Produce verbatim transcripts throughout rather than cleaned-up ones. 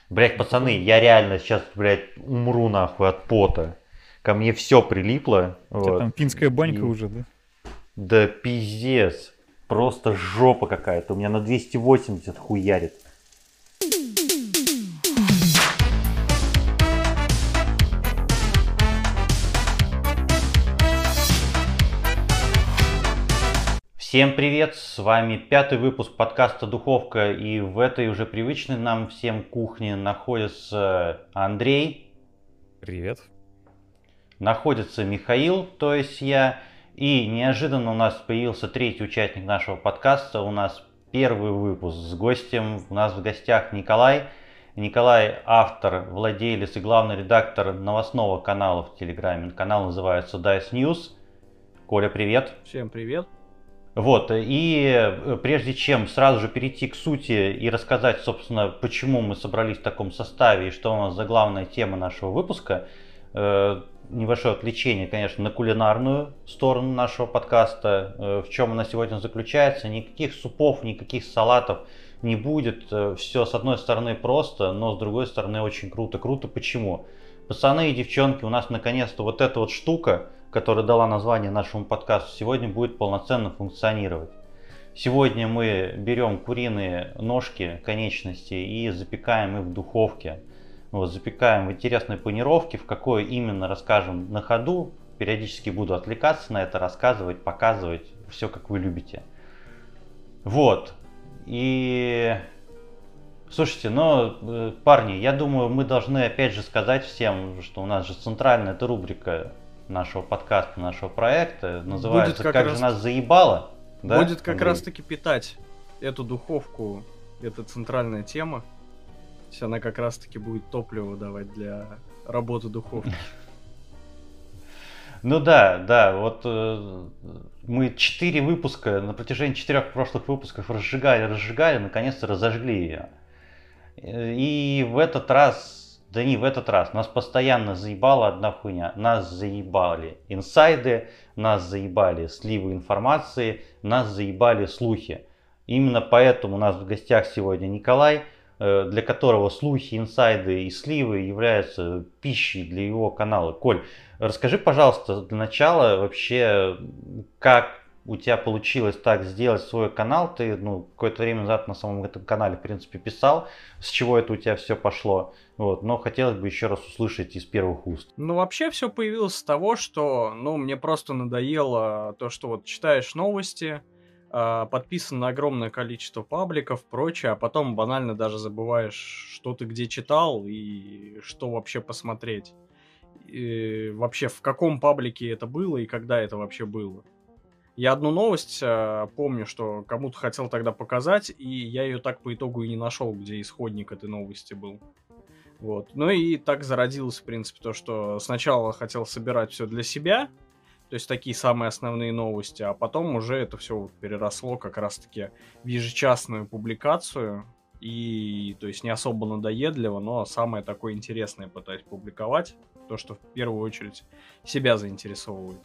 Блять, пацаны, я реально сейчас, блядь, умру нахуй от пота. Ко мне все прилипло. У тебя Вот. там финская банька И... уже, да? Да пиздец. Просто жопа какая-то. У меня на двести восемьдесят хуярит. Всем привет, с вами пятый выпуск подкаста «Духовка», и в этой уже привычной нам всем кухне находится Андрей. Привет. Находится Михаил, то есть я, и неожиданно у нас появился третий участник нашего подкаста, у нас первый выпуск с гостем, у нас в гостях Николай. Николай автор, владелец и главный редактор новостного канала в Телеграме, канал называется Dice News. Коля, привет. Всем привет. Вот, и прежде чем сразу же перейти к сути и рассказать, собственно, почему мы собрались в таком составе и что у нас за главная тема нашего выпуска, э, небольшое отвлечение, конечно, на кулинарную сторону нашего подкаста. Э, в чем она сегодня заключается? Никаких супов, никаких салатов не будет. Э, все с одной стороны просто, но с другой стороны очень круто. Круто почему? Пацаны и девчонки, у нас наконец-то вот эта вот штука, которая дала название нашему подкасту, сегодня будет полноценно функционировать. Сегодня мы берем куриные ножки, конечности и запекаем их в духовке. Вот, запекаем в интересной панировке, в какой именно расскажем на ходу. Периодически буду отвлекаться на это, рассказывать, показывать, все как вы любите. Вот. И... Слушайте, ну, парни, я думаю, мы должны опять же сказать всем, что у нас же центральная эта рубрика нашего подкаста, нашего проекта, называется «Как, как же нас заебало». Да, будет как раз таки питать эту духовку, это центральная тема. То есть она как раз таки будет топливо давать для работы духовки. Ну да, да, вот э, мы четыре выпуска, на протяжении четырех прошлых выпусков разжигали, разжигали, наконец-то разожгли ее. И в этот раз, да не в этот раз, нас постоянно заебала одна хуйня. Нас заебали инсайды, нас заебали сливы информации, нас заебали слухи. Именно поэтому у нас в гостях сегодня Николай, для которого слухи, инсайды и сливы являются пищей для его канала. Коль, расскажи, пожалуйста, для начала вообще, как у тебя получилось так сделать свой канал. Ты ну, какое-то время назад на самом этом канале, в принципе, писал, с чего это у тебя все пошло. Вот. Но хотелось бы еще раз услышать из первых уст. Ну, вообще все появилось с того, что ну, мне просто надоело то, что вот читаешь новости, подписан на огромное количество пабликов, прочее, а потом банально даже забываешь, что ты где читал и что вообще посмотреть. И вообще, в каком паблике это было и когда это вообще было. Я одну новость э, помню, что кому-то хотел тогда показать, и я ее так по итогу и не нашел, где исходник этой новости был. Вот. Ну и так зародилось, в принципе, то, что сначала хотел собирать все для себя, то есть такие самые основные новости, а потом уже это все переросло как раз-таки в ежечасную публикацию, и то есть не особо надоедливо, но самое такое интересное пытаюсь публиковать, то, что в первую очередь себя заинтересовывает.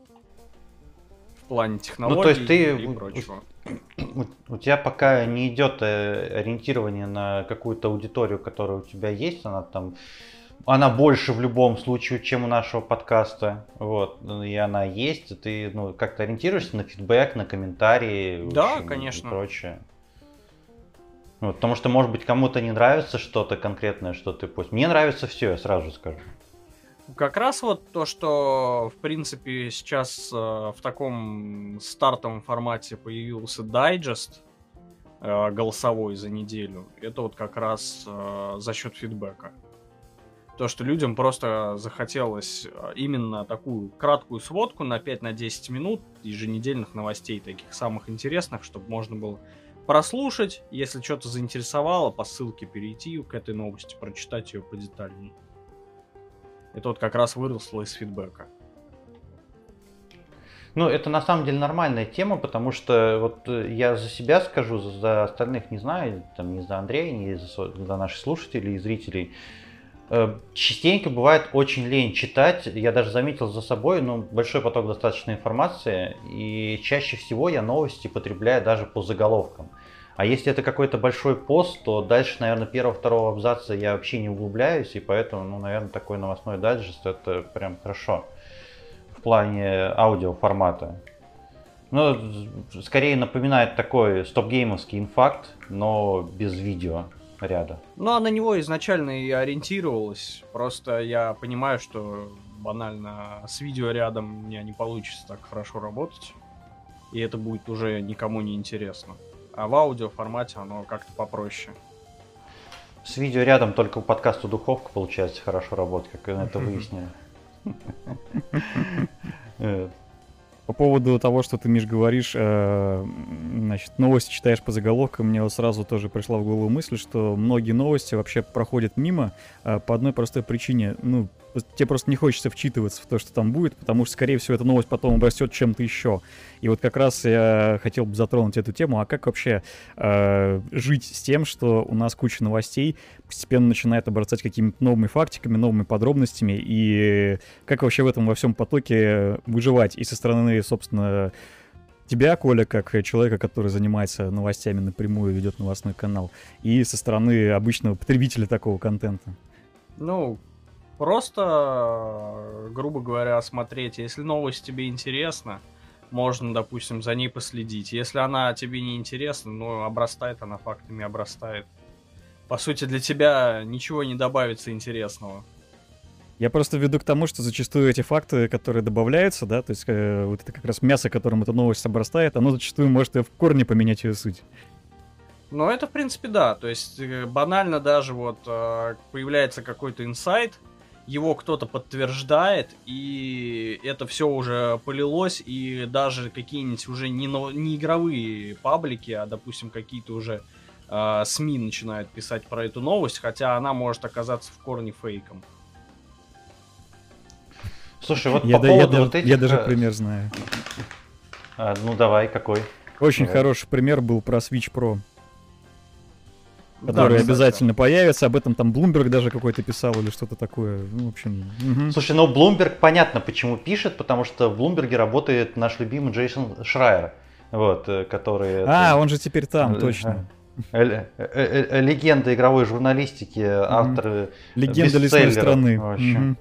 В плане технологий ну, то есть ты, и прочего. У, у тебя пока не идет ориентирование на какую-то аудиторию, которая у тебя есть, она там, она больше в любом случае, чем у нашего подкаста, вот, и она есть, ты ну, как-то ориентируешься на фидбэк, на комментарии, да, общем, конечно. И прочее. Вот, потому что, может быть, кому-то не нравится что-то конкретное, что ты пусть. Мне нравится все, я сразу скажу. Как раз вот то, что, в принципе, сейчас э, в таком стартовом формате появился дайджест э, голосовой за неделю, это вот как раз э, за счет фидбэка. То, что людям просто захотелось именно такую краткую сводку на пять-десять минут еженедельных новостей, таких самых интересных, чтобы можно было прослушать, если что-то заинтересовало, по ссылке перейти к этой новости, прочитать ее подетальнее. Это вот как раз выросло из фидбэка. Ну, это на самом деле нормальная тема, потому что вот я за себя скажу, за остальных не знаю, там, не за Андрея, не за, за наших слушателей и зрителей. Частенько бывает очень лень читать, я даже заметил за собой, ну, большой поток достаточно информации, и чаще всего я новости потребляю даже по заголовкам. А если это какой-то большой пост, то дальше, наверное, первого-второго абзаца я вообще не углубляюсь, и поэтому, ну, наверное, такой новостной дайджест это прям хорошо в плане аудиоформата. Ну, скорее напоминает такой стоп-геймовский инфакт, но без видео ряда. Ну, а на него изначально и ориентировалась. Просто я понимаю, что банально с видео рядом у меня не получится так хорошо работать. И это будет уже никому не интересно. А в аудио формате оно как-то попроще. С видео рядом только у подкаста «Духовка» получается хорошо работать, как мы это выяснили. По поводу того, что ты, Миш, говоришь, э, значит, новости читаешь по заголовкам, мне вот сразу тоже пришла в голову мысль, что многие новости вообще проходят мимо э, по одной простой причине. Ну, тебе просто не хочется вчитываться в то, что там будет, потому что, скорее всего, эта новость потом обрастет чем-то еще. И вот как раз я хотел бы затронуть эту тему, а как вообще э, жить с тем, что у нас куча новостей постепенно начинает обрастать какими-то новыми фактиками, новыми подробностями, и как вообще в этом во всем потоке выживать и со стороны, собственно, тебя, Коля, как человека, который занимается новостями напрямую, ведет новостной канал, и со стороны обычного потребителя такого контента? Ну, просто, грубо говоря, смотреть. Если новость тебе интересна, можно, допустим, за ней последить. Если она тебе не интересна, ну, обрастает она фактами, обрастает. По сути, для тебя ничего не добавится интересного. Я просто веду к тому, что зачастую эти факты, которые добавляются, да, то есть э, вот это как раз мясо, которым эта новость обрастает, оно зачастую может и в корне поменять ее суть. Ну, это, в принципе, да. То есть, банально даже вот э, появляется какой-то инсайт, его кто-то подтверждает, и это все уже полилось, и даже какие-нибудь уже не, не игровые паблики, а, допустим, какие-то уже э, СМИ начинают писать про эту новость, хотя она может оказаться в корне фейком. Слушай, вот я по да, поводу я, вот этих... Я даже пример знаю. А, ну давай, какой? Очень давай. Хороший пример был про Switch Pro, который да, обязательно кстати. появится. Об этом там Bloomberg даже какой-то писал или что-то такое. Ну, в общем... Угу. Слушай, ну Bloomberg понятно, почему пишет, потому что в Bloomberg работает наш любимый Джейсон Шрайер, вот, который... А, это... он же теперь там, точно. Легенда игровой журналистики, автор Легенда лесной страны.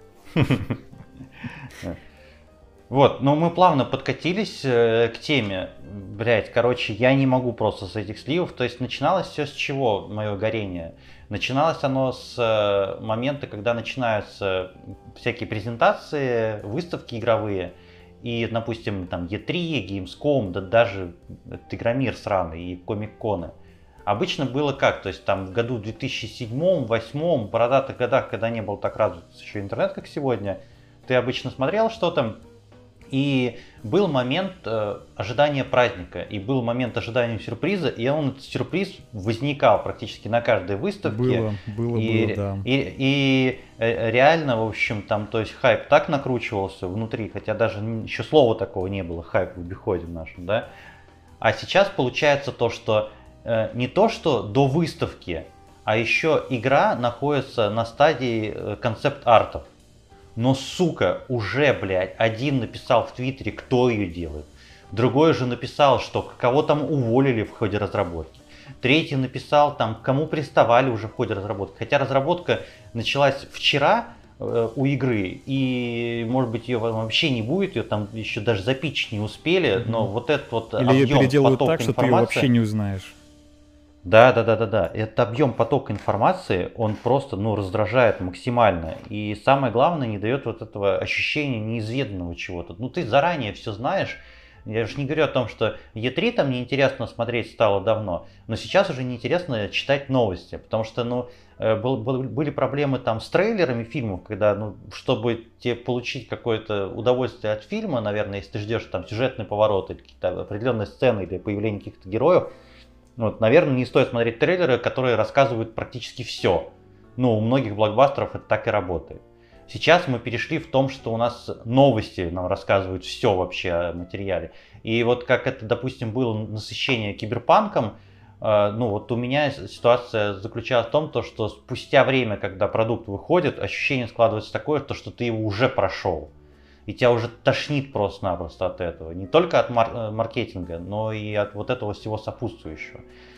Вот, но мы плавно подкатились э, к теме. Блять, короче, я не могу просто с этих сливов. То есть начиналось все с чего, мое горение? Начиналось оно с э, момента, когда начинаются всякие презентации, выставки игровые. И, допустим, там и три, Gamescom, да даже Игромир сраный и Комик-коны. Обычно было как? То есть там в году две тысячи седьмом, две тысячи восьмом, бородатых годах, когда не был так развит еще интернет, как сегодня, ты обычно смотрел что-то, и был момент э, ожидания праздника, и был момент ожидания сюрприза, и он, этот сюрприз, возникал практически на каждой выставке. Было, было, и, было, да. И, и э, реально, в общем, там, то есть хайп так накручивался внутри, хотя даже еще слова такого не было, хайп в обиходе нашем, да. А сейчас получается то, что э, не то, что до выставки, а еще игра находится на стадии э, концепт-артов. Но, сука, уже, блядь, один написал в Твиттере, кто ее делает. Другой же написал, что кого там уволили в ходе разработки. Третий написал, там, кому приставали уже в ходе разработки. Хотя разработка началась вчера э, у игры, и, может быть, ее вообще не будет, ее там еще даже запичить не успели, mm-hmm. но вот этот вот Или объем, ее переделают поток так, что ты ее вообще не узнаешь. Да, да, да, да, да. Этот объем потока информации, он просто, ну, раздражает максимально. И самое главное, не дает вот этого ощущения неизведанного чего-то. Ну, ты заранее все знаешь. Я же не говорю о том, что и три там неинтересно смотреть стало давно, но сейчас уже неинтересно читать новости, потому что, ну, был, был, были проблемы там с трейлерами фильмов, когда, ну, чтобы тебе получить какое-то удовольствие от фильма, наверное, если ты ждешь там сюжетный поворот или какие-то определенные сцены или появление каких-то героев, вот, наверное, не стоит смотреть трейлеры, которые рассказывают практически все. Ну, у многих блокбастеров это так и работает. Сейчас мы перешли в том, что у нас новости нам рассказывают все вообще о материале. И вот как это, допустим, было насыщение киберпанком, э, ну вот у меня ситуация заключалась в том, то, что спустя время, когда продукт выходит, ощущение складывается такое, то, что ты его уже прошел. И тебя уже тошнит просто-напросто от этого. Не только от мар- маркетинга, но и от вот этого всего сопутствующего.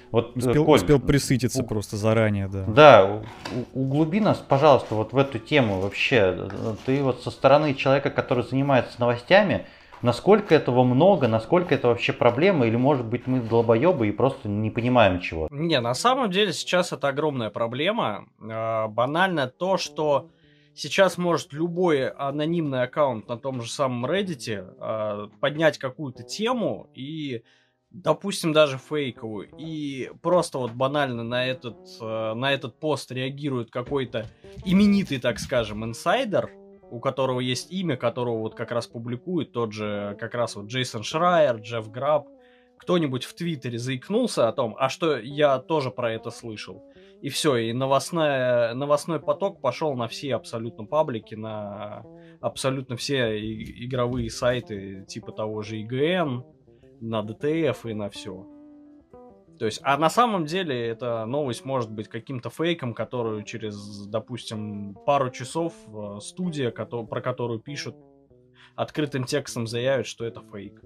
Вот, Успел, Коль, успел присытиться у... просто заранее, да. Да, у- углуби нас, пожалуйста, вот в эту тему вообще. Ты вот со стороны человека, который занимается новостями, насколько этого много, насколько это вообще проблема, или может быть мы долбоебы и просто не понимаем чего? Не, на самом деле сейчас это огромная проблема. Э, банально то, что сейчас может любой анонимный аккаунт на том же самом Reddit э, поднять какую-то тему и, допустим, даже фейковую, и просто вот банально на этот, э, на этот пост реагирует какой-то именитый, так скажем, инсайдер, у которого есть имя, которого вот как раз публикует тот же, как раз вот Джейсон Шрайер, Джефф Граб, кто-нибудь в Твиттере заикнулся о том, а что я тоже про это слышал. И все, и новостная, новостной поток пошел на все абсолютно паблики, на абсолютно все и- игровые сайты типа того же и джи эн, на ди ти эф и на все. То есть, а на самом деле эта новость может быть каким-то фейком, которую через, допустим, пару часов э, студия, кото- про которую пишут, открытым текстом заявит, что это фейк.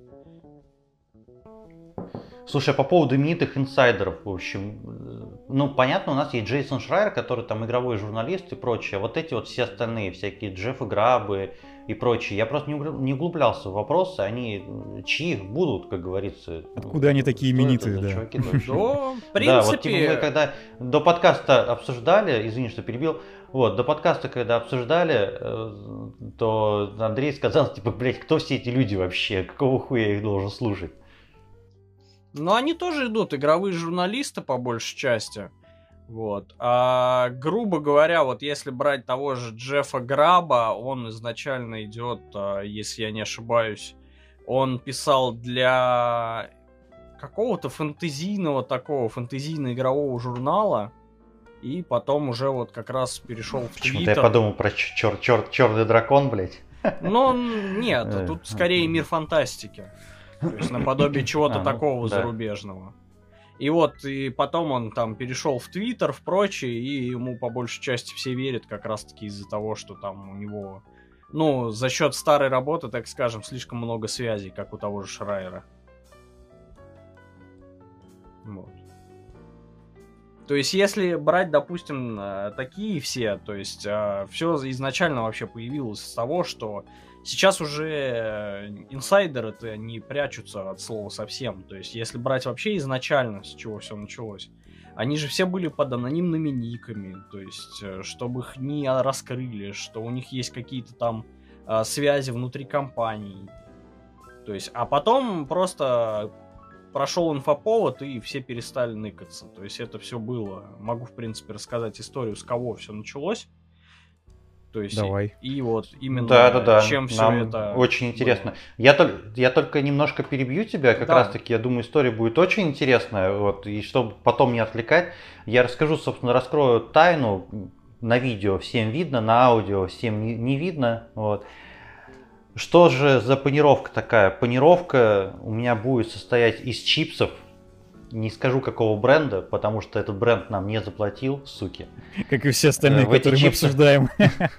Слушай, а по поводу именитых инсайдеров, в общем, э, ну, понятно, у нас есть Джейсон Шрайер, который там игровой журналист и прочее. Вот эти вот все остальные, всякие Джеффы Грабы и прочие. Я просто не угл- не углублялся в вопросы, они э, чьих будут, как говорится. Откуда они такие Что это именитые, за да. чуваки вообще? Но, в Да, вот типа принципе, мы когда до подкаста обсуждали, извини, что перебил, вот, до подкаста, когда обсуждали, э, то Андрей сказал, типа, блядь, кто все эти люди вообще, какого хуя я их должен слушать? ну, они тоже идут, игровые журналисты, по большей части. Вот. А, грубо говоря, вот если брать того же Джеффа Граба, он изначально идет, а, если я не ошибаюсь, он писал для какого-то фэнтезийного такого, фэнтезийно-игрового журнала, и потом уже вот как раз перешел в Почему-то Твиттер. я подумал про чер- чер- черный дракон, блядь. Но нет, Э, тут скорее мир фантастики. То есть наподобие чего-то А, ну, такого да. зарубежного. И вот, и потом он там перешел в Твиттер, в прочее, и ему по большей части все верят как раз-таки из-за того, что там у него, ну, за счет старой работы, так скажем, слишком много связей, как у того же Шрайера. Вот. То есть, если брать, допустим, э, такие все, то есть, все изначально вообще появилось с того, что сейчас уже э, инсайдеры-то не прячутся от слова совсем. То есть, если брать вообще изначально, с чего все началось, они же все были под анонимными никами, то есть, э, чтобы их не раскрыли, что у них есть какие-то там э, связи внутри компаний. То есть, а потом просто прошел инфоповод, и все перестали ныкаться. То есть это все было. Могу, в принципе, рассказать историю, с кого все началось. То есть Давай. И, и вот именно Да, да, да. чем все Нам это очень интересно. было. Я, тол- я только немножко перебью тебя, как Да. раз таки, я думаю, история будет очень интересная. Вот, и чтобы потом не отвлекать, я расскажу, собственно, раскрою тайну. На видео всем видно, на аудио всем не, не видно. Вот. Что же за панировка такая? Панировка у меня будет состоять из чипсов. Не скажу какого бренда, потому что этот бренд нам не заплатил, суки. Как и все остальные, В эти которые мы чипсы- обсуждаем.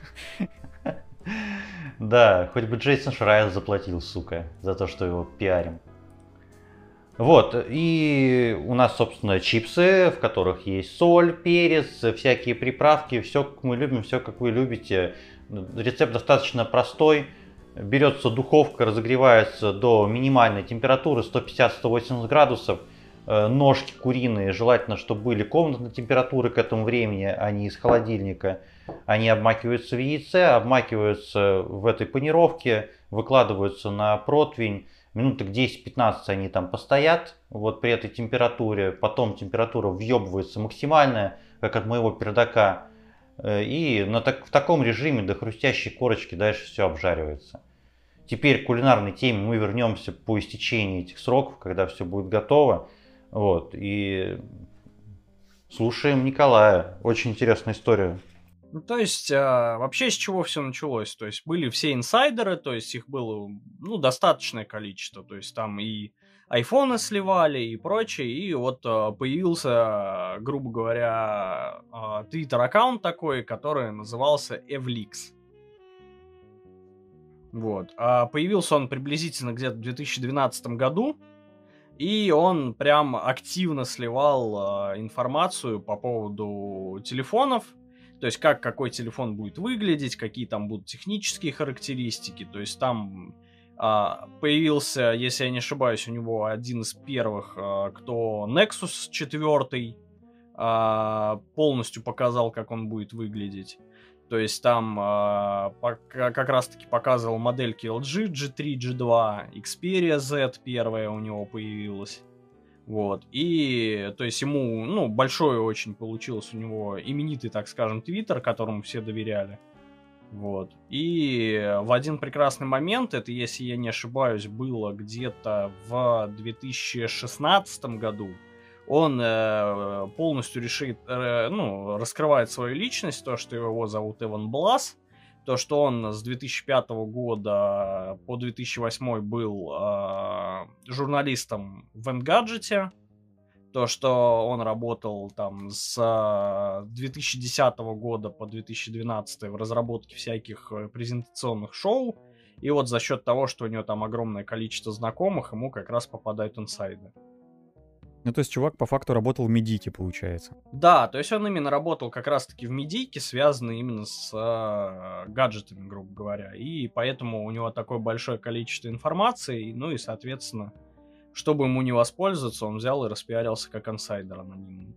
Да, хоть бы Джейсон Шрайер заплатил, сука, за то, что его пиарим. Вот, и у нас, собственно, чипсы, в которых есть соль, перец, всякие приправки, все как мы любим, все как вы любите. Рецепт достаточно простой. Берется духовка, разогревается до минимальной температуры сто пятьдесят - сто восемьдесят градусов. Э, Ножки куриные, желательно, чтобы были комнатной температуры к этому времени, а не из холодильника. Они обмакиваются в яйце, обмакиваются в этой панировке, выкладываются на противень. Минуток десять-пятнадцать они там постоят вот при этой температуре. Потом температура въебывается максимальная, как от моего пердака. Э, И на так, в таком режиме до хрустящей корочки дальше все обжаривается. Теперь к кулинарной теме мы вернемся по истечении этих сроков, когда все будет готово. Вот, и слушаем Николая. Очень интересная история. Ну, то есть, а, вообще с чего все началось? То есть, были все инсайдеры, то есть, их было, ну, достаточное количество. То есть, там и айфоны сливали и прочее. И вот а, появился, грубо говоря, твиттер-аккаунт такой, который назывался Evlix. Вот. А появился он приблизительно где-то в две тысячи двенадцатом году. И он прям активно сливал э, информацию по поводу телефонов, то есть как какой телефон будет выглядеть, какие там будут технические характеристики. То есть там э, появился, если я не ошибаюсь, у него один из первых, э, кто Nexus четыре э, полностью показал, как он будет выглядеть. То есть там э, пока, как раз-таки показывал модельки эл джи, джи три, джи два, Xperia Z первая у него появилась. Вот. И, то есть, ему, ну, большой очень получился у него именитый, так скажем, твиттер, которому все доверяли. Вот. И в один прекрасный момент, это, если я не ошибаюсь, было где-то в две тысячи шестнадцатом году, он э, полностью решит, э, ну, раскрывает свою личность, то, что его зовут Эван Блас, то, что он с две тысячи пятого года по две тысячи восьмой был э, журналистом в Engadget, то, что он работал там с две тысячи десятого года по две тысячи двенадцатый в разработке всяких презентационных шоу, и вот за счет того, что у него там огромное количество знакомых, ему как раз попадают инсайды. Ну, то есть чувак по факту работал в медийке, получается. Да, то есть он именно работал как раз-таки в медийке, связанной именно с э, гаджетами, грубо говоря. И поэтому у него такое большое количество информации. Ну и, соответственно, чтобы ему не воспользоваться, он взял и распиарился как инсайдер анонимный.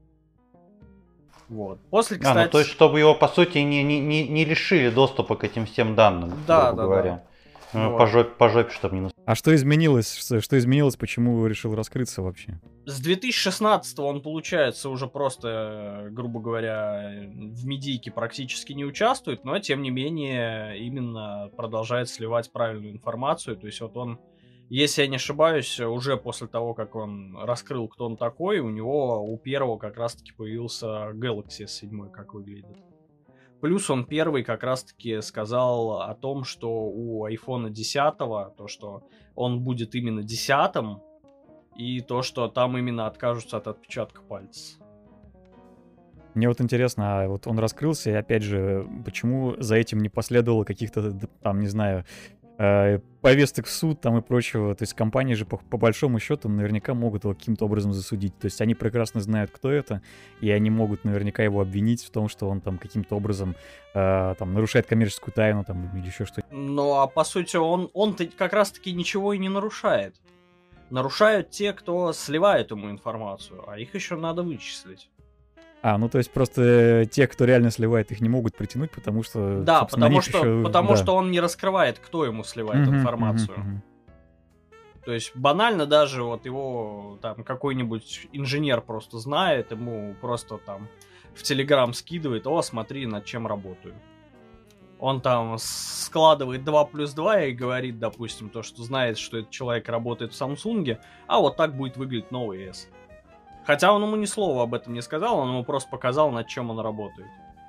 Вот. После, кстати... А, ну то есть, чтобы его, по сути, не, не, не, не лишили доступа к этим всем данным, да, грубо да, говоря. Да. Ну, Вот. по, жопе, по жопе, чтобы не наступить. А что изменилось? Что, что изменилось? Почему решил раскрыться вообще? С две тысячи шестнадцатого он, получается, уже просто, грубо говоря, в медийке практически не участвует, но, тем не менее, именно продолжает сливать правильную информацию. То есть вот он, если я не ошибаюсь, уже после того, как он раскрыл, кто он такой, у него у первого как раз-таки появился Galaxy эс семь, как выглядит. Плюс он первый как раз-таки сказал о том, что у айфона десятого, то, что он будет именно десятым, и то, что там именно откажутся от отпечатка пальца. Мне вот интересно, а вот он раскрылся, и опять же, почему за этим не последовало каких-то, там, не знаю, э, повесток в суд там и прочего? То есть компании же по, по большому счету наверняка могут его каким-то образом засудить. То есть они прекрасно знают, кто это, и они могут наверняка его обвинить в том, что он там каким-то образом э, там нарушает коммерческую тайну там или еще что-то. Ну, а по сути он, он-то как раз-таки ничего и не нарушает. Нарушают те, кто сливает ему информацию, а их еще надо вычислить. А, ну то есть просто те, кто реально сливает, их не могут притянуть, потому что... Да, потому, что, еще... потому да. что он не раскрывает, кто ему сливает uh-huh, информацию. uh-huh, uh-huh. То есть банально даже вот его там какой-нибудь инженер просто знает, ему просто там в Телеграм скидывает: о, смотри, над чем работаю. Он там складывает два плюс два и говорит, допустим, то, что знает, что этот человек работает в Samsung, а вот так будет выглядеть новый эс. Хотя он ему ни слова об этом не сказал, он ему просто показал, над чем он работает.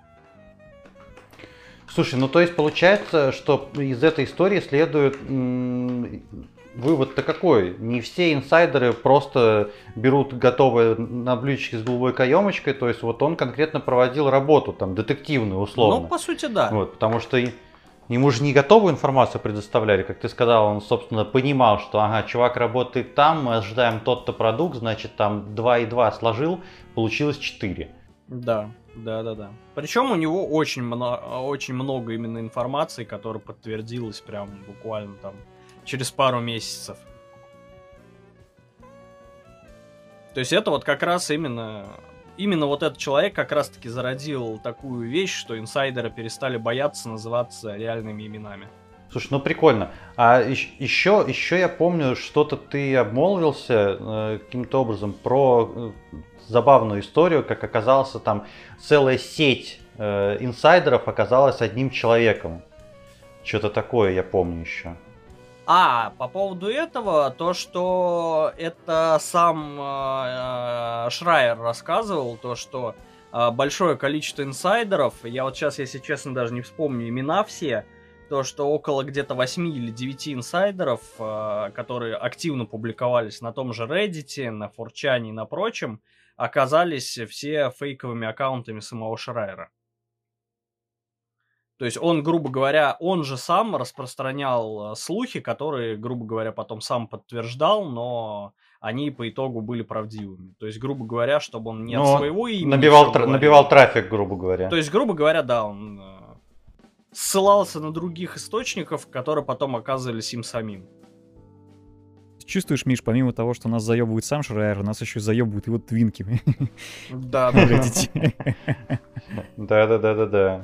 Слушай, ну то есть получается, что из этой истории следует м- вывод-то какой? Не все инсайдеры просто берут готовые на блюдечке с голубой каемочкой, то есть вот он конкретно проводил работу, там, детективную, условно. Ну, по сути, да. Вот, потому что ему же не готовую информацию предоставляли, как ты сказал, он, собственно, понимал, что, ага, чувак работает там, мы ожидаем тот-то продукт, значит, там два и два сложил, получилось четыре. Да, да, да, да. Причем у него очень, много, очень много именно информации, которая подтвердилась прям буквально там через пару месяцев. То есть это вот как раз именно... Именно вот этот человек как раз-таки зародил такую вещь, что инсайдеры перестали бояться называться реальными именами. Слушай, ну прикольно. А еще, еще я помню, что-то ты обмолвился э, каким-то образом про э, забавную историю, как оказалось, там целая сеть э, инсайдеров оказалась одним человеком. Что-то такое я помню еще. А, по поводу этого, то, что это сам э, Шрайер рассказывал, то, что э, большое количество инсайдеров, я вот сейчас, если честно, даже не вспомню имена все, то, что около где-то восемь или девять инсайдеров, э, которые активно публиковались на том же Reddit, на фор чан и на прочем, оказались все фейковыми аккаунтами самого Шрайера. То есть он, грубо говоря, он же сам распространял слухи, которые, грубо говоря, потом сам подтверждал, но они по итогу были правдивыми. То есть, грубо говоря, чтобы он не Ну, от он своего имени набивал, всё тра- говорил. набивал трафик, грубо говоря. То есть, грубо говоря, да, он э, ссылался на других источников, которые потом оказывались им самим. Чувствуешь, Миш, помимо того, что нас заебывает сам Шрайер, нас еще заебывают его твинки. Да, в да. Reddit. Да-да-да-да-да.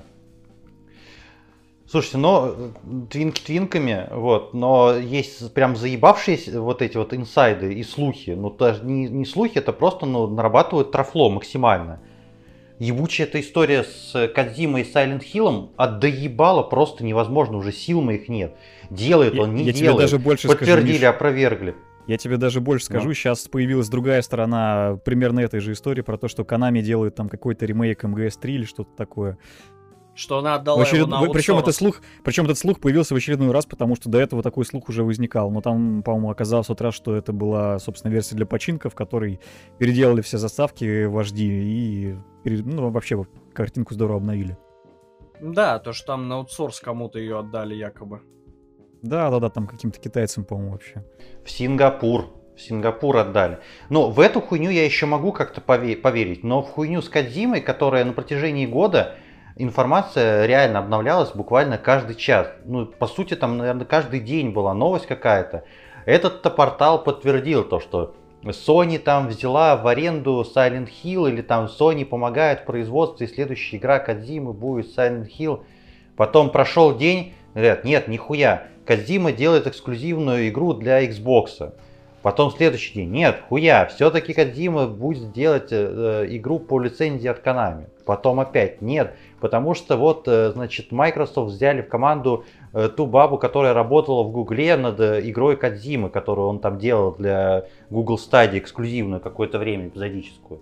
Слушайте, но твинки твинками, вот, но есть прям заебавшиеся вот эти вот инсайды и слухи. Ну, даже не, не слухи, это просто ну, нарабатывают трафло максимально. Ебучая эта история с Кодзимой и Silent Hill'ом отдоебала просто невозможно, уже сил моих нет. Делает Я- он, не я тебе делает. даже больше скажу, Подтвердили, Миш. опровергли. Я тебе даже больше скажу, Ну. сейчас появилась другая сторона примерно этой же истории про то, что Konami делает там какой-то ремейк эм гэ эс три или что-то такое. Что она отдала его на Причем аутсорс. этот слух, причем этот слух появился в очередной раз, потому что до этого такой слух уже возникал. Но там, по-моему, оказалось в тот раз, что это была, собственно, версия для починка, в которой переделали все заставки в эйч ди и пере- ну, вообще картинку здорово обновили. Да, то, что там на аутсорс кому-то ее отдали якобы. Да-да-да, там каким-то китайцам, по-моему, вообще. В Сингапур. В Сингапур отдали. Но в эту хуйню я еще могу как-то пове- поверить. Но в хуйню с Кодзимой, которая на протяжении года информация реально обновлялась буквально каждый час. Ну, по сути, там, наверное, каждый день была новость какая-то. Этот-то портал подтвердил то, что Sony там взяла в аренду Silent Hill, или там Sony помогает в производстве, и следующая игра Кодзимы будет Silent Hill. Потом прошел день, говорят, нет, нихуя, Кодзима делает эксклюзивную игру для Xbox. Потом следующий день, нет, хуя, все-таки Кодзима будет делать э, игру по лицензии от Konami. Потом опять, нет, потому что вот, э, значит, Microsoft взяли в команду э, ту бабу, которая работала в Гугле над э, игрой Кодзимы, которую он там делал для Google Stadia, эксклюзивную какое-то время, эпизодическую.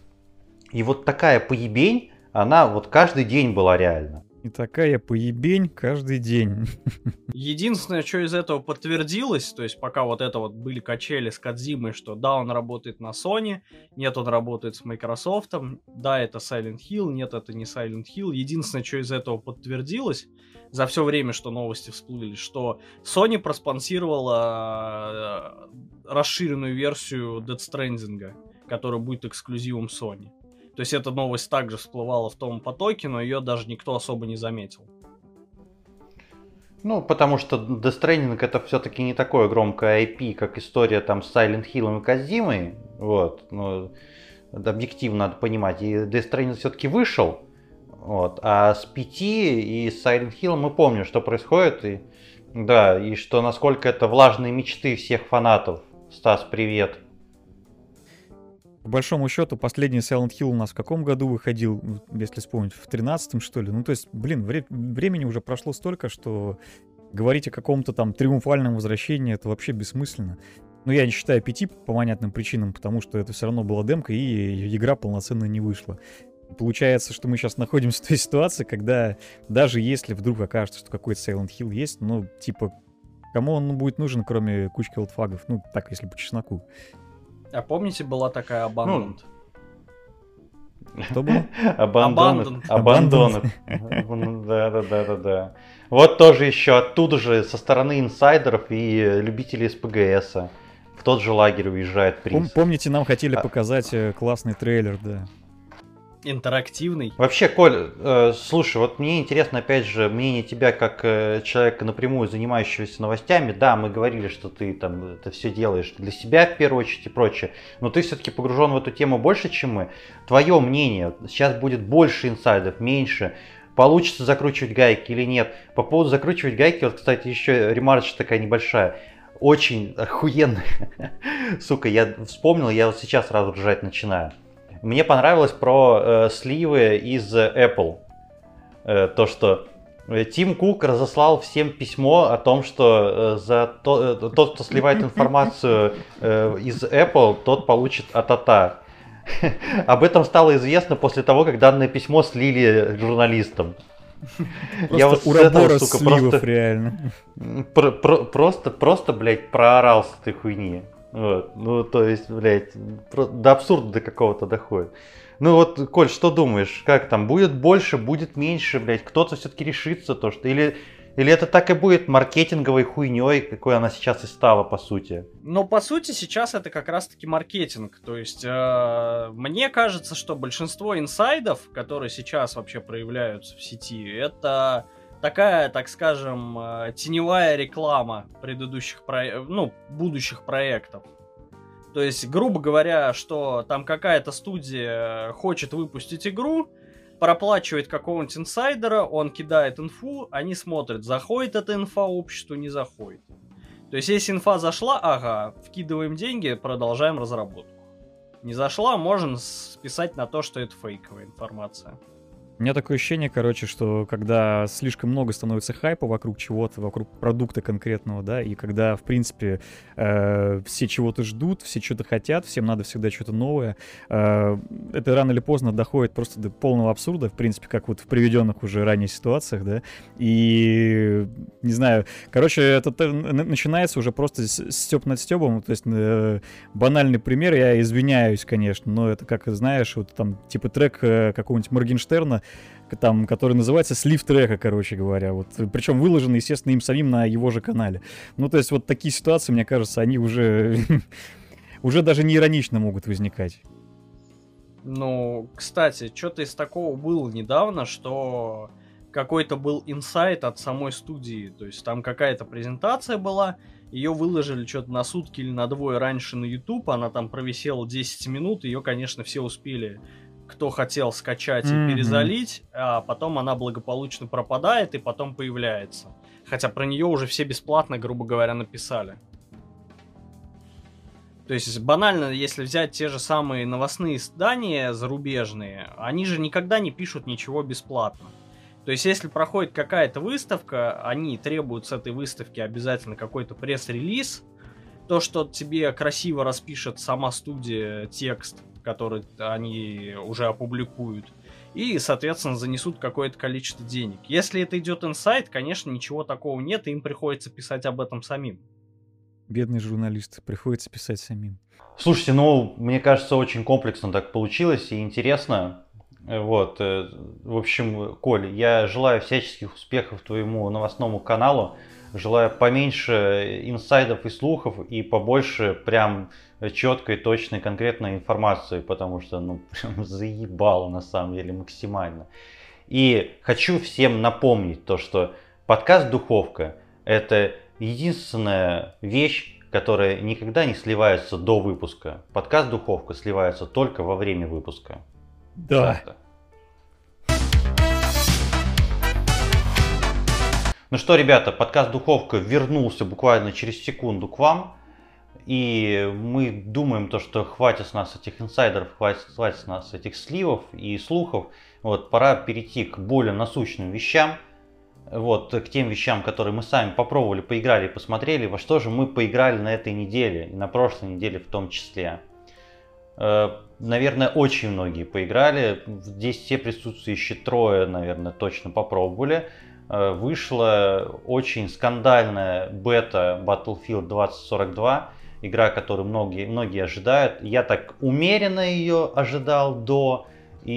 И вот такая поебень, она вот каждый день была реально. И такая поебень каждый день. Единственное, что из этого подтвердилось, то есть пока вот это вот были качели с Кодзимой, что да, он работает на Sony, нет, он работает с Microsoft, да, это Silent Hill, нет, это не Silent Hill. Единственное, что из этого подтвердилось за все время, что новости всплыли, что Sony проспонсировала э, расширенную версию Death Stranding, которая будет эксклюзивом Sony. То есть эта новость также всплывала в том потоке, но ее даже никто особо не заметил. Ну, потому что Death Stranding это все-таки не такое громкое ай пи, как история там с Silent Hill и Кодзимой. Вот, ну, объективно надо понимать. И Death Stranding все-таки вышел. Вот, а с пи ти и Silent Hill мы помним, что происходит. И, да, и что насколько это влажные мечты всех фанатов. Стас, привет. По большому счету, последний Silent Hill у нас в каком году выходил, если вспомнить, в тринадцатом, что ли? Ну, то есть, блин, вре- времени уже прошло столько, что говорить о каком-то там триумфальном возвращении — это вообще бессмысленно. Но я не считаю пяти по понятным причинам, потому что это все равно была демка, и игра полноценно не вышла. Получается, что мы сейчас находимся в той ситуации, когда даже если вдруг окажется, что какой-то Silent Hill есть, ну, типа, кому он будет нужен, кроме кучки олдфагов? Ну, так, если по чесноку. А помните, была такая Abandoned? Что было? Abandoned. Abandoned. Abandoned. Да, да, да, да, да. Вот тоже еще оттуда же, со стороны инсайдеров и любителей эс пэ гэ эс. В тот же лагерь уезжает Пом- приз. Помните, нам хотели А- показать э, классный трейлер, да. Интерактивный. Вообще, Коль, э, слушай, вот мне интересно, опять же, мнение тебя как э, человека напрямую занимающегося новостями. Да, мы говорили, что ты там это все делаешь для себя в первую очередь и прочее, но ты все-таки погружен в эту тему больше, чем мы. Твое мнение, сейчас будет больше инсайдов, меньше, получится закручивать гайки или нет. По поводу закручивать гайки, вот, кстати, еще ремарочка такая небольшая. Очень охуенно. Сука, я вспомнил, я вот сейчас сразу ржать начинаю. Мне понравилось про э, сливы из Apple. Э, то, что Тим Кук разослал всем письмо о том, что э, за то, э, тот, кто сливает информацию э, из Apple, тот получит АТАТА. Об этом стало известно после того, как данное письмо слили журналистам. Просто вот с урабора этого, сука, сливов, просто- реально. Про- про- просто, просто, блядь, проорал с этой хуйни. Вот. Ну, то есть, блядь, про- до абсурда до какого-то доходит. Ну вот, Коль, что думаешь, как там, будет больше, будет меньше, блядь, кто-то все-таки решится то, что, или Или это так и будет маркетинговой хуйней, какой она сейчас и стала, по сути? Но по сути сейчас это как раз-таки маркетинг. То есть э, мне кажется, что большинство инсайдов, которые сейчас вообще проявляются в сети, это такая, так скажем, э, теневая реклама предыдущих, про... ну, будущих проектов. То есть, грубо говоря, что там какая-то студия хочет выпустить игру, проплачивает какого-нибудь инсайдера, он кидает инфу, они смотрят, заходит эта инфа обществу, не заходит. То есть, если инфа зашла, ага, вкидываем деньги, продолжаем разработку. Не зашла, можно списать на то, что это фейковая информация. У меня такое ощущение, короче, что когда слишком много становится хайпа вокруг чего-то, вокруг продукта конкретного, да, и когда, в принципе, э, все чего-то ждут, все что-то хотят, всем надо всегда что-то новое, э, это рано или поздно доходит просто до полного абсурда, в принципе, как вот в приведенных уже ранее ситуациях, да, и, не знаю, короче, это начинается уже просто стёб над стёбом, то есть э, банальный пример, я извиняюсь, конечно, но это, как знаешь, вот там, типа трек какого-нибудь Моргенштерна, там, который называется слив трека, короче говоря. Вот, причем выложенный, естественно, им самим на его же канале. Ну, то есть вот такие ситуации, мне кажется, они уже, уже даже не иронично могут возникать. Ну, кстати, что-то из такого было недавно, что какой-то был инсайт от самой студии. То есть там какая-то презентация была, ее выложили что-то на сутки или на двое раньше на YouTube, она там провисела десять минут, ее, конечно, все успели, кто хотел, скачать mm-hmm. и перезалить, а потом она благополучно пропадает и потом появляется. Хотя про нее уже все бесплатно, грубо говоря, написали. То есть банально, если взять те же самые новостные издания зарубежные, они же никогда не пишут ничего бесплатно. То есть если проходит какая-то выставка, они требуют с этой выставки обязательно какой-то пресс-релиз, то, что тебе красиво распишет сама студия текст, который они уже опубликуют, и, соответственно, занесут какое-то количество денег. Если это идет инсайд, конечно, ничего такого нет, и им приходится писать об этом самим. Бедные журналисты, приходится писать самим. Слушайте, ну, мне кажется, очень комплексно так получилось и интересно. Вот, в общем, Коль, я желаю всяческих успехов твоему новостному каналу. Желаю поменьше инсайдов и слухов и побольше прям четкой, точной, конкретной информации, потому что, ну, прям заебало на самом деле максимально. И хочу всем напомнить то, что подкаст «Духовка» — это единственная вещь, которая никогда не сливается до выпуска. Подкаст «Духовка» сливается только во время выпуска. Да. Это. Ну что, ребята, подкаст «Духовка» вернулся буквально через секунду к вам. И мы думаем, то, что хватит с нас этих инсайдеров, хватит, хватит с нас этих сливов и слухов. Вот, пора перейти к более насущным вещам. Вот, к тем вещам, которые мы сами попробовали, поиграли и посмотрели, во что же мы поиграли на этой неделе и на прошлой неделе в том числе. Наверное, очень многие поиграли. Здесь все присутствующие трое, наверное, точно попробовали. Вышла очень скандальная бета Battlefield двадцать сорок два. Игра, которую многие, многие ожидают. Я так умеренно ее ожидал до.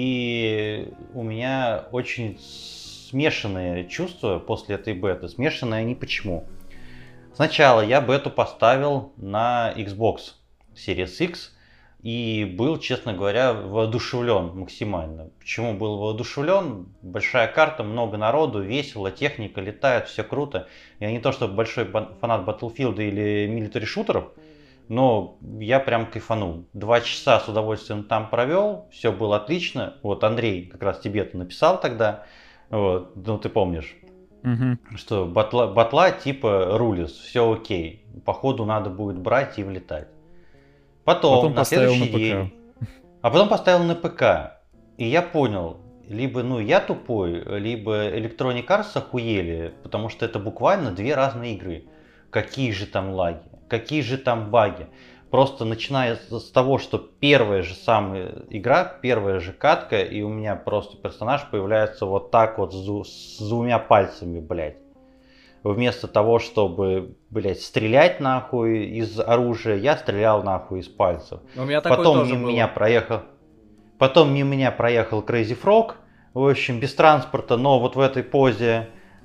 И у меня очень смешанные чувства после этой беты. Смешанные они почему? Сначала я бету поставил на Xbox Series X. И был, честно говоря, воодушевлен максимально. Почему был воодушевлен? Большая карта, много народу, весело, техника летает, все круто. Я не то чтобы большой фанат Battlefield или милитари шутеров, но я прям кайфанул. Два часа с удовольствием там провел, все было отлично. Вот Андрей как раз тебе-то написал тогда, вот, ну ты помнишь, угу. что батла, батла типа рулис, все окей. Походу надо будет брать и влетать. Потом, потом на следующий на день, а потом поставил на ПК. И я понял, либо ну я тупой, либо Electronic Arts охуели, потому что это буквально две разные игры. Какие же там лаги, какие же там баги. Просто начиная с того, что первая же самая игра, первая же катка, и у меня просто персонаж появляется вот так вот с двумя пальцами, блядь. Вместо того, чтобы, блядь, стрелять нахуй из оружия, я стрелял нахуй из пальцев. У меня потом тоже мимо было. меня проехал, потом мимо меня проехал Crazy Frog, в общем, без транспорта, но вот в этой позе.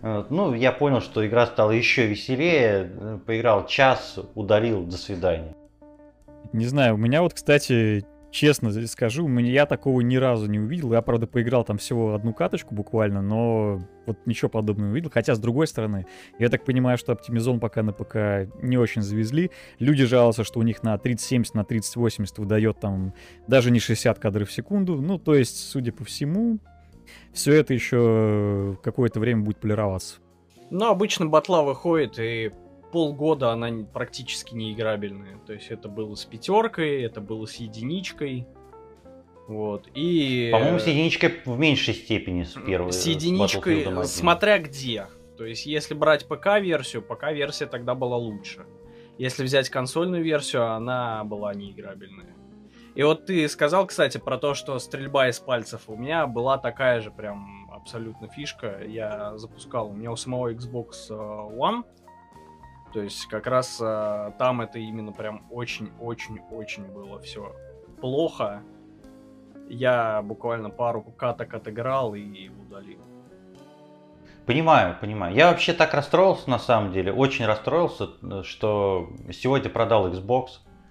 Вот. Ну, я понял, что игра стала еще веселее. Поиграл час, удалил, до свидания. Не знаю, у меня вот, кстати, честно скажу, у меня я такого ни разу не увидел. Я, правда, поиграл там всего одну каточку буквально, но вот ничего подобного не увидел. Хотя, с другой стороны, я так понимаю, что Optimizone пока на ПК не очень завезли. Люди жалуются, что у них на тридцать семьдесят, на тридцать восемьдесят выдает там даже не шестьдесят кадров в секунду. Ну, то есть, судя по всему, все это еще какое-то время будет полироваться. Ну, обычно батла выходит, и полгода она практически не играбельная. То есть это было с пятеркой, это было с единичкой. Вот. И... По-моему, с единичкой в меньшей степени с первой. С единичкой, смотря где. То есть, если брать ПК-версию, ПК-версия тогда была лучше. Если взять консольную версию, она была неиграбельная. И вот ты сказал, кстати, про то, что стрельба из пальцев. У меня была такая же прям абсолютно фишка. Я запускал. У меня у самого Xbox One. То есть как раз э, там это именно прям очень-очень-очень было все плохо. Я буквально пару каток отыграл и удалил. Понимаю, понимаю. Я вообще так расстроился на самом деле. Очень расстроился, что сегодня продал Xbox.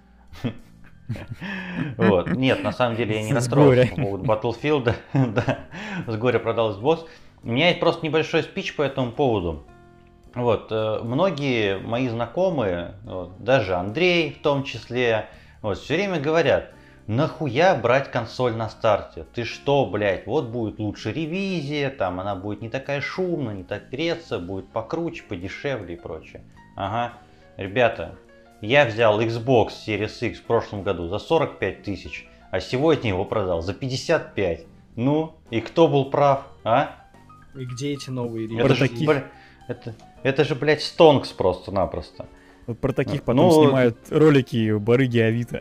Вот. Нет, на самом деле я не расстроился по поводу Battlefield. Да, с горя продал Xbox. У меня есть просто небольшой спич по этому поводу. Вот, многие мои знакомые, вот, даже Андрей в том числе, вот, все время говорят: нахуя брать консоль на старте? Ты что, блядь, вот будет лучше ревизия, там она будет не такая шумная, не так греться, будет покруче, подешевле и прочее. Ага, ребята, я взял Xbox Series X в прошлом году за сорок пять тысяч, а сегодня его продал за пятьдесят пять. Ну, и кто был прав, а? И где эти новые ревизии? Это же, блядь, это, это же, блядь, стонкс просто-напросто. Вот про таких потом ну, снимают ролики барыги Авито.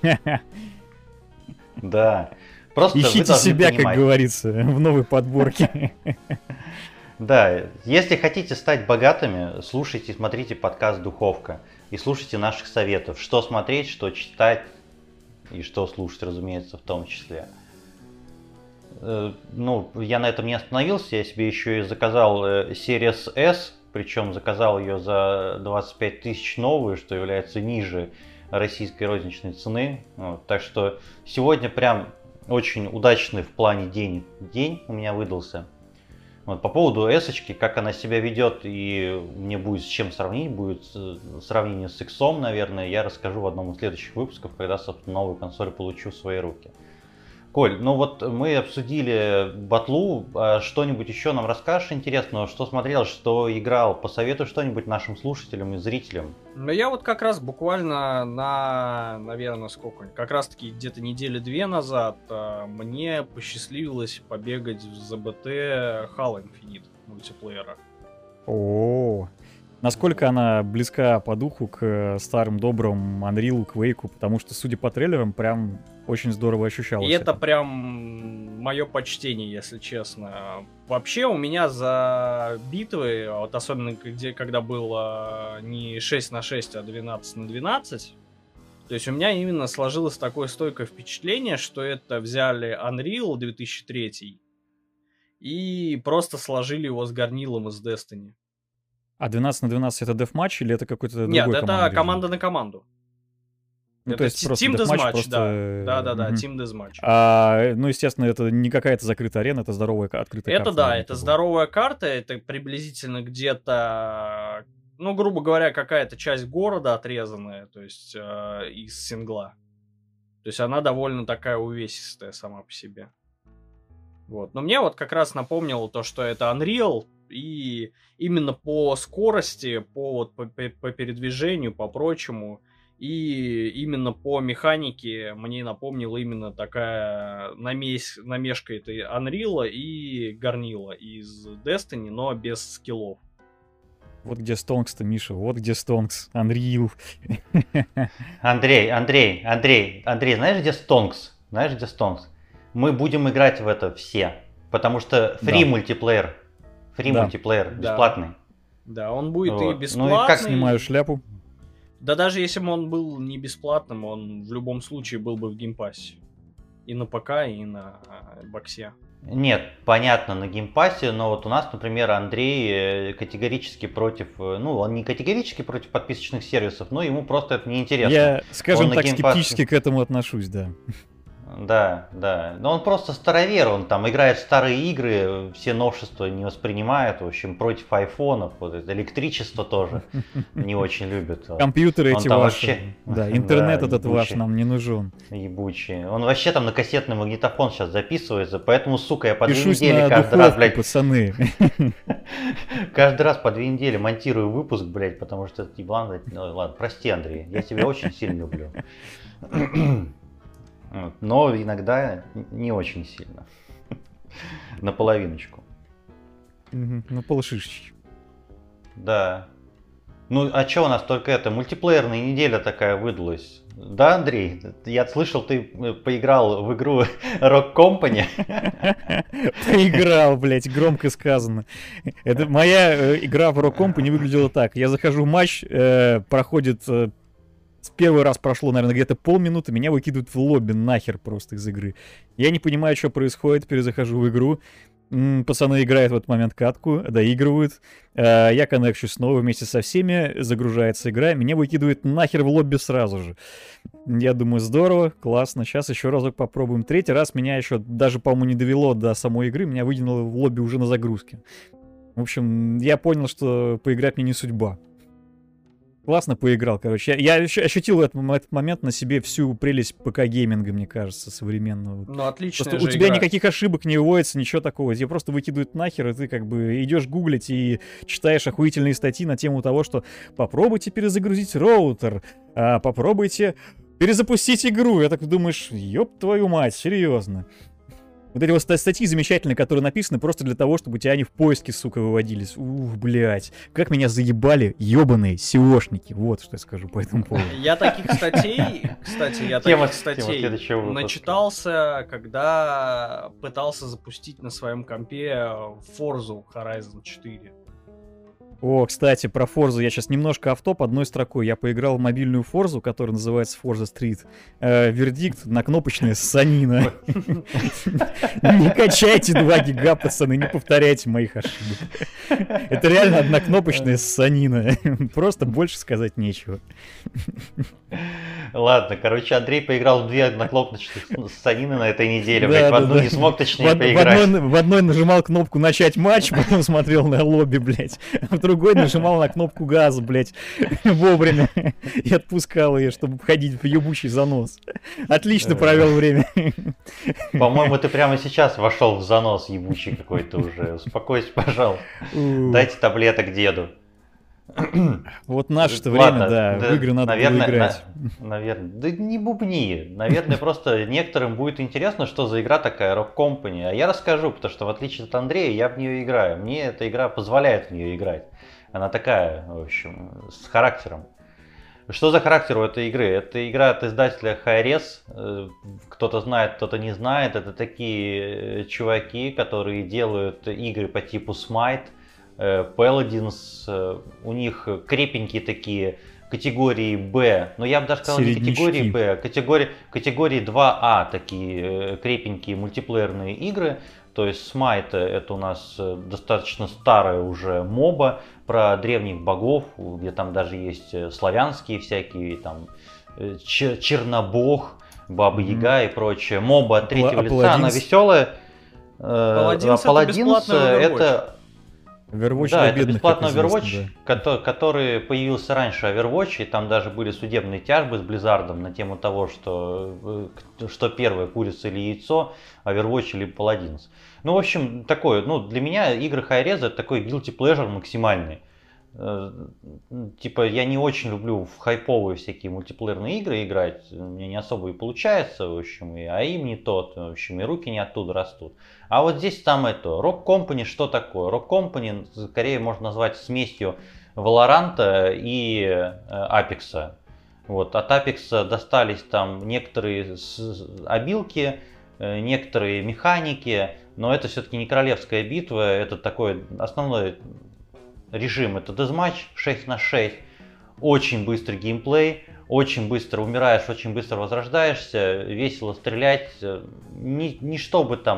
Да. Просто ищите себя, понимать. Как говорится, в новой подборке. Да, если хотите стать богатыми, слушайте, смотрите подкаст «Духовка» и слушайте наших советов, что смотреть, что читать и что слушать, разумеется, в том числе. Ну, я на этом не остановился, я себе еще и заказал Series S, причем заказал ее за двадцать пять тысяч новую, что является ниже российской розничной цены. Вот, так что сегодня прям очень удачный в плане день, день у меня выдался. Вот, по поводу S-очки, как она себя ведет и мне будет с чем сравнить, будет сравнение с X, наверное, я расскажу в одном из следующих выпусков, когда, собственно, новую консоль получу в свои руки. Коль, ну вот мы обсудили батлу, а что-нибудь еще нам расскажешь интересного, что смотрел, что играл, посоветуй что-нибудь нашим слушателям и зрителям. Ну я вот как раз буквально на, наверное, сколько, как раз таки где-то недели две назад мне посчастливилось побегать в ЗБТ Halo Infinite мультиплеера. О, насколько она близка по духу к старым добрым Unreal, Quake, потому что, судя по трейлерам, прям очень здорово ощущалось. И это, это прям мое почтение, если честно. Вообще у меня за битвы, вот особенно где, когда было не шесть на шесть, а двенадцать на двенадцать, то есть у меня именно сложилось такое стойкое впечатление, что это взяли Unreal две тысячи третий и просто сложили его с горнилом из Destiny. А двенадцать на двенадцать это дефматч или это какой-то другой Нет, командный это режим? команда на команду. Ну, это то есть просто Team дефматч, Deathmatch, просто... да. Да-да-да, угу. Team Deathmatch. А, ну, естественно, это не какая-то закрытая арена, это здоровая открытая это, карта. Это да, это здоровая карта, это приблизительно где-то, ну, грубо говоря, какая-то часть города отрезанная, то есть э, из сингла. То есть она довольно такая увесистая сама по себе. Вот. Но мне вот как раз напомнило то, что это Unreal, и именно по скорости, по, вот, по, по передвижению, по прочему, и именно по механике мне напомнила именно такая намесь, намешка этой Unreal и горнила из Destiny, но без скиллов. Вот где Стонкс-то, Миша, вот где Стонкс, Unreal. Андрей, Андрей, Андрей, Андрей, знаешь, где Стонкс? Знаешь, где Стонкс? Мы будем играть в это все, потому что фри да. мультиплеер, фри да. мультиплеер, да. бесплатный. Да, он будет вот. и бесплатный. Ну и как снимаю шляпу? Да даже если бы он был не бесплатным, он в любом случае был бы в геймпассе. И на ПК, и на боксе. Нет, понятно, на геймпассе, но вот у нас, например, Андрей категорически против, ну, он не категорически против подписочных сервисов, но ему просто это неинтересно. Я, скажем он так, геймпасс... скептически к этому отношусь, да. Да, да. Но он просто старовер, он там играет в старые игры, все новшества не воспринимает, в общем, против айфонов, вот это электричество тоже не очень любит. Компьютеры он эти ваши. Вообще... Да, интернет да, этот ебучий. Ваш нам не нужен. Ебучий. Он вообще там на кассетный магнитофон сейчас записывается, поэтому, сука, я по Пишусь две недели на каждый духовку, раз, блядь, пацаны. каждый раз по две недели монтирую выпуск, блядь, потому что это еблан, блядь, ну ладно, прости, Андрей, я тебя очень сильно люблю. Но иногда не очень сильно. Наполовиночку. На полшишечки. Да. Ну, а что у нас только это? Мультиплеерная неделя такая выдалась. Да, Андрей? Я слышал, ты поиграл в игру Rock Company. Поиграл, блядь, громко сказано. Это моя игра в Rock Company выглядела так. Я захожу в матч, э, проходит... Э, Первый раз прошло, наверное, где-то полминуты, меня выкидывают в лобби нахер просто из игры. Я не понимаю, что происходит, перезахожу в игру. М-м, пацаны играют в этот момент катку, доигрывают. Э, я коннекчусь снова вместе со всеми, загружается игра, меня выкидывает нахер в лобби сразу же. Я думаю, здорово, классно, сейчас еще разок попробуем. Третий раз меня еще даже, по-моему, не довело до самой игры, меня выкинуло в лобби уже на загрузке. В общем, я понял, что поиграть мне не судьба. Классно поиграл, короче. Я, я ощутил в этот, в этот момент на себе всю прелесть ПК-гейминга, мне кажется, современного. Ну, отлично. Просто у тебя игра. Никаких ошибок не выводится, ничего такого. Тебе просто выкидывают нахер, и ты как бы идешь гуглить и читаешь охуительные статьи на тему того, что попробуйте перезагрузить роутер, а попробуйте перезапустить игру. Я так думаешь, ёб твою мать, серьезно. Вот эти вот статьи замечательные, которые написаны просто для того, чтобы у тебя они в поиске, сука, выводились. Ух, блядь. Как меня заебали ебаные сеошники. Вот что я скажу по этому поводу. Я таких статей, кстати, я тема, таких статей тема начитался, когда пытался запустить на своем компе Forza Horizon четыре. О, кстати, про Forza я сейчас немножко автоп одной строкой. Я поиграл в мобильную Forza, которая называется Forza Street. Э, вердикт на кнопочная ссанина. Не качайте два гига, пацаны, не повторяйте моих ошибок. Это реально однокнопочная ссанина. Просто больше сказать нечего. Ладно, короче, Андрей поиграл в две однокнопочных ссанины на этой неделе. В одну не смог точнее поиграть. В одной нажимал кнопку «Начать матч», потом смотрел на лобби, блядь. Другой нажимал на кнопку газа, блядь, вовремя и отпускал ее, чтобы входить в ебучий занос. Отлично провел время. По-моему, ты прямо сейчас вошел в занос ебучий какой-то уже. Успокойся, пожалуйста. Дайте таблеток деду. Вот наше-то время, да, в игры надо было играть. Наверное, да не бубни. Наверное, просто некоторым будет интересно, что за игра такая Rock Company. А я расскажу, потому что в отличие от Андрея, я в нее играю. Мне эта игра позволяет в нее играть. Она такая, в общем, с характером. Что за характер у этой игры? Это игра от издателя Hi-Rez. Кто-то знает, кто-то не знает. Это такие чуваки, которые делают игры по типу Smite, Paladins. У них крепенькие такие категории Б. Но я бы даже сказал не категории Б, а категории, категории два А. Такие крепенькие мультиплеерные игры. То есть Smite это у нас достаточно старая уже моба про древних богов, где там даже есть славянские всякие, там Чернобог, Баба Яга mm-hmm. и прочее. Моба от третьего а лица, Paladins? Она веселая. Paladins, а Paladins это... это... Overwatch да, это бесплатный Overwatch, да. который, который появился раньше Overwatch, и там даже были судебные тяжбы с Blizzard на тему того, что, что первое, курица или яйцо, Overwatch или Paladins. Ну, в общем, такое, ну, для меня игры Hi-Rez это такой guilty pleasure максимальный. Типа, я не очень люблю в хайповые всякие мультиплеерные игры играть, мне не особо и получается, в общем, и АИМ не тот, в общем, и руки не оттуда растут. А вот здесь там это, Rock Company что такое? Rock Company скорее можно назвать смесью Valorant и Apex. Вот, от Apex достались там некоторые обилки, некоторые механики, но это все-таки не королевская битва, это такой основной режим, это дезматч шесть на шесть, очень быстрый геймплей, очень быстро умираешь, очень быстро возрождаешься, весело стрелять, не, не чтобы там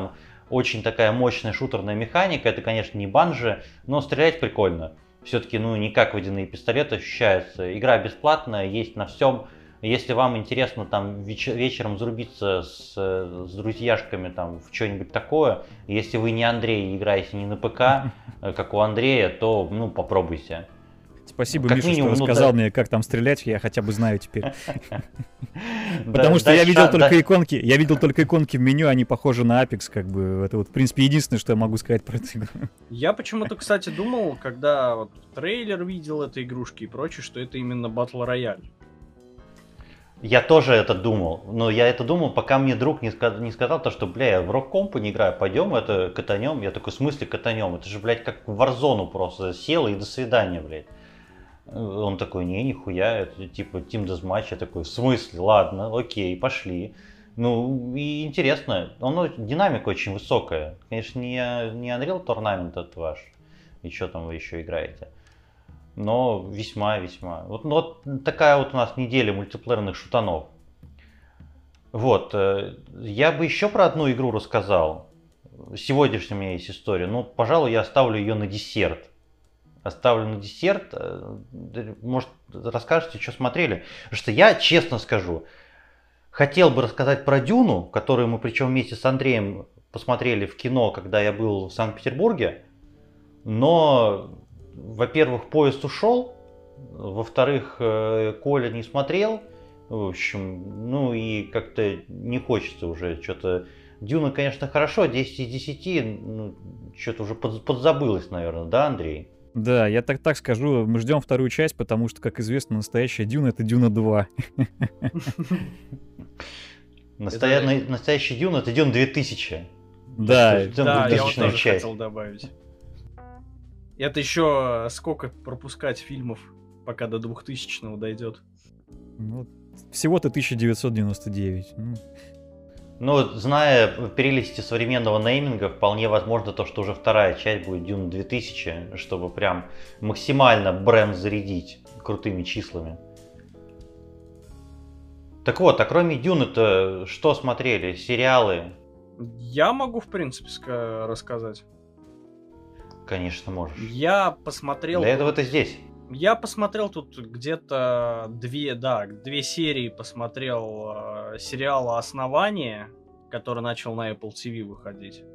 очень такая мощная шутерная механика. Это, конечно, не банжи, но стрелять прикольно. Все-таки, ну, не как водяные пистолеты ощущается. Игра бесплатная, есть на всем. Если вам интересно там веч- вечером зарубиться с, с друзьяшками там в что-нибудь такое, если вы не Андрей, играете не на ПК, как у Андрея, то, ну, попробуйте. Спасибо, Как Миша, минимум, что ну, рассказал да. мне, как там стрелять, я хотя бы знаю теперь. Да, Потому что да, я видел ща- только да. иконки, я видел только иконки в меню, они похожи на Apex, как бы. Это вот, в принципе, единственное, что я могу сказать про эту игру. Я почему-то, кстати, думал, когда вот трейлер видел этой игрушки и прочее, что это именно Battle Royale. Я тоже это думал, но я это думал, пока мне друг не, ска- не сказал, то, что, бля, я в Rock Company не играю, пойдем это катанем. Я такой, в смысле катанем? Это же, блядь, как в Warzone просто сел и до свидания, блядь. Он такой, не, нихуя, это типа Team Deathmatch. Я такой, в смысле? Ладно, окей, пошли. Ну, и интересно, он, динамика очень высокая. Конечно, не, не Unreal Tournament это ваш, и что там вы еще играете. Но весьма-весьма. Вот, ну, вот такая вот у нас неделя мультиплеерных шутанов. Вот, э, я бы еще про одну игру рассказал. Сегодняшняя у меня есть история. Ну, пожалуй, я оставлю ее на десерт. Оставлю на десерт. Э, Может, расскажете, что смотрели? Потому что я, честно скажу, хотел бы рассказать про Дюну, которую мы, причем вместе с Андреем посмотрели в кино, когда я был в Санкт-Петербурге. Но, во-первых, поезд ушел, во-вторых, э, Коля не смотрел. В общем, ну и как-то не хочется уже что-то. Дюна, конечно, хорошо, десять из десяти, ну, что-то уже под- подзабылось, наверное, да, Андрей? Да, я так так скажу, мы ждем вторую часть, потому что, как известно, настоящая Дюна — это Дюна два. Настоя- на- Настоящий Дюн — это Дюн две тысячи. Да, Ждем Да, я вот двухтысячную тоже часть. хотел добавить. Это еще сколько пропускать фильмов, пока до двухтысячного дойдет. ну, всего-то тысяча девятьсот девяносто девять. Ну, Ну, вот, зная прелести современного нейминга, вполне возможно то, что уже вторая часть будет Дюн две тысячи, чтобы прям максимально бренд зарядить крутыми числами. Так вот, а кроме Дюны-то что смотрели? Сериалы? Я могу, в принципе, ска- рассказать. Конечно, можешь. Я посмотрел... Для этого тут- ты здесь. Я посмотрел тут где-то две, да, две серии посмотрел э, сериала «Основание», который начал на Apple ти ви выходить.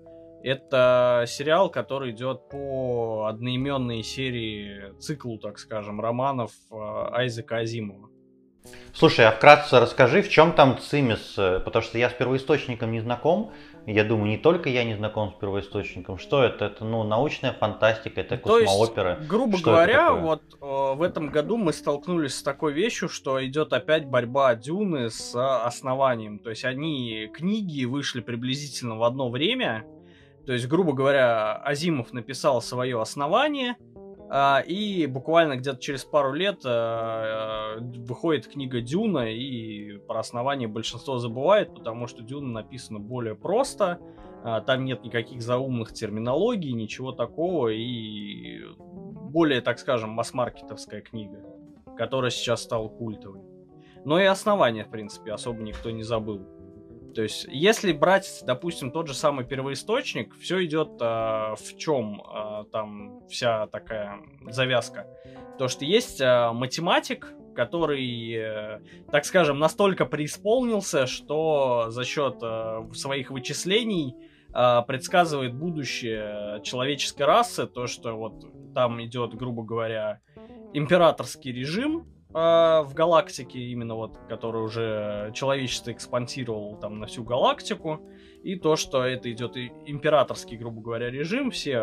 Это сериал, который идет по одноименной серии, циклу, так скажем, романов э, Айзека Азимова. Слушай, а вкратце расскажи, в чем там цимис, э, потому что я с первоисточником не знаком. Я думаю, не только я не знаком с первоисточником. Что это? Это, ну, научная фантастика, это То есть, космоопера. грубо Что это говоря, такое? вот э, в этом году мы столкнулись с такой вещью, что идет опять борьба Дюны с э, Основанием. То есть они, книги вышли приблизительно в одно время. То есть, грубо говоря, Азимов написал свое «Основание», а, и буквально где-то через пару лет а, а, выходит книга «Дюна», и про «Основание» большинство забывает, потому что «Дюна» написана более просто, а, там нет никаких заумных терминологий, ничего такого, и более, так скажем, масс-маркетовская книга, которая сейчас стала культовой. Но и «Основание», в принципе, особо никто не забыл. То есть, если брать, допустим, тот же самый первоисточник, все идет а, в чем а, там вся такая завязка. То, что есть а, математик, который, э, так скажем, настолько преисполнился, что за счет а, своих вычислений а, предсказывает будущее человеческой расы. То, что вот там идет, грубо говоря, императорский режим, в галактике, именно вот, который уже человечество экспансировало там на всю галактику, и то, что это идет императорский, грубо говоря, режим, все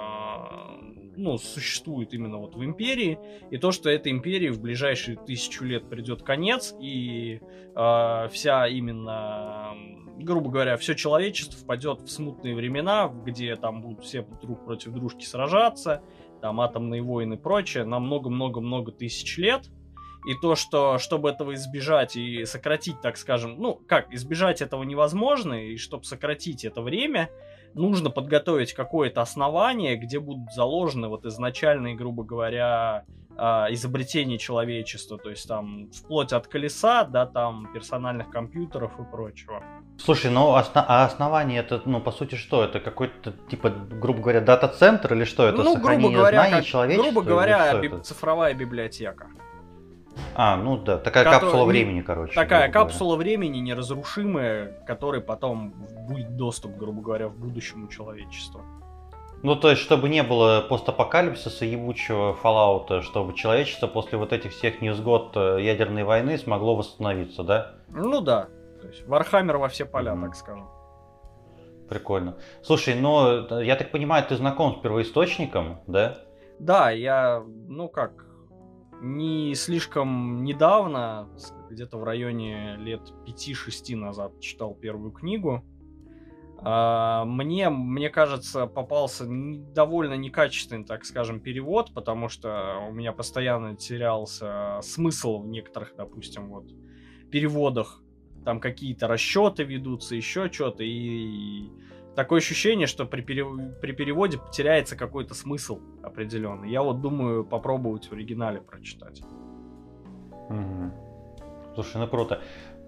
ну, существует именно вот в империи, и то, что этой империи в ближайшие тысячу лет придет конец, и э, вся именно, грубо говоря, все человечество впадет в смутные времена, где там будут все друг против дружки сражаться, там атомные войны и прочее, на много-много-много тысяч лет. И то, что, чтобы этого избежать и сократить, так скажем, ну, как, избежать этого невозможно, и чтобы сократить это время, нужно подготовить какое-то основание, где будут заложены вот изначальные, грубо говоря, а, изобретений человечества, то есть там вплоть от колеса до там персональных компьютеров и прочего. Слушай, ну осно- а основание это, ну, по сути, что? Это какой-то, типа, грубо говоря, дата-центр или что? Это Ну, грубо сохранение говоря, знаний как, человечества? грубо или говоря, что би- это? цифровая библиотека. А, ну да, такая Кото- капсула не- времени, короче. Такая грубо говоря. капсула времени неразрушимая, которой потом будет доступ, грубо говоря, в будущем у человечества. Ну, то есть, чтобы не было постапокалипсиса ебучего Fallout, чтобы человечество после вот этих всех невзгод э, ядерной войны смогло восстановиться, да? Ну да, то есть Вархаммер во все поля, Мгм. так скажем. Прикольно. Слушай, ну, э, я так понимаю, ты знаком с первоисточником, да? Да, я, ну как, не слишком недавно, с- где-то в районе лет пяти-шести назад читал первую книгу. А, Мне, мне кажется, попался н- довольно некачественный, так скажем, перевод, потому что у меня постоянно терялся смысл в некоторых, допустим, вот переводах. Там какие-то расчеты ведутся, еще что-то, и такое ощущение, что при, перев- при переводе теряется какой-то смысл определенный. Я вот думаю попробовать в оригинале прочитать. Мгм. Слушай, ну круто.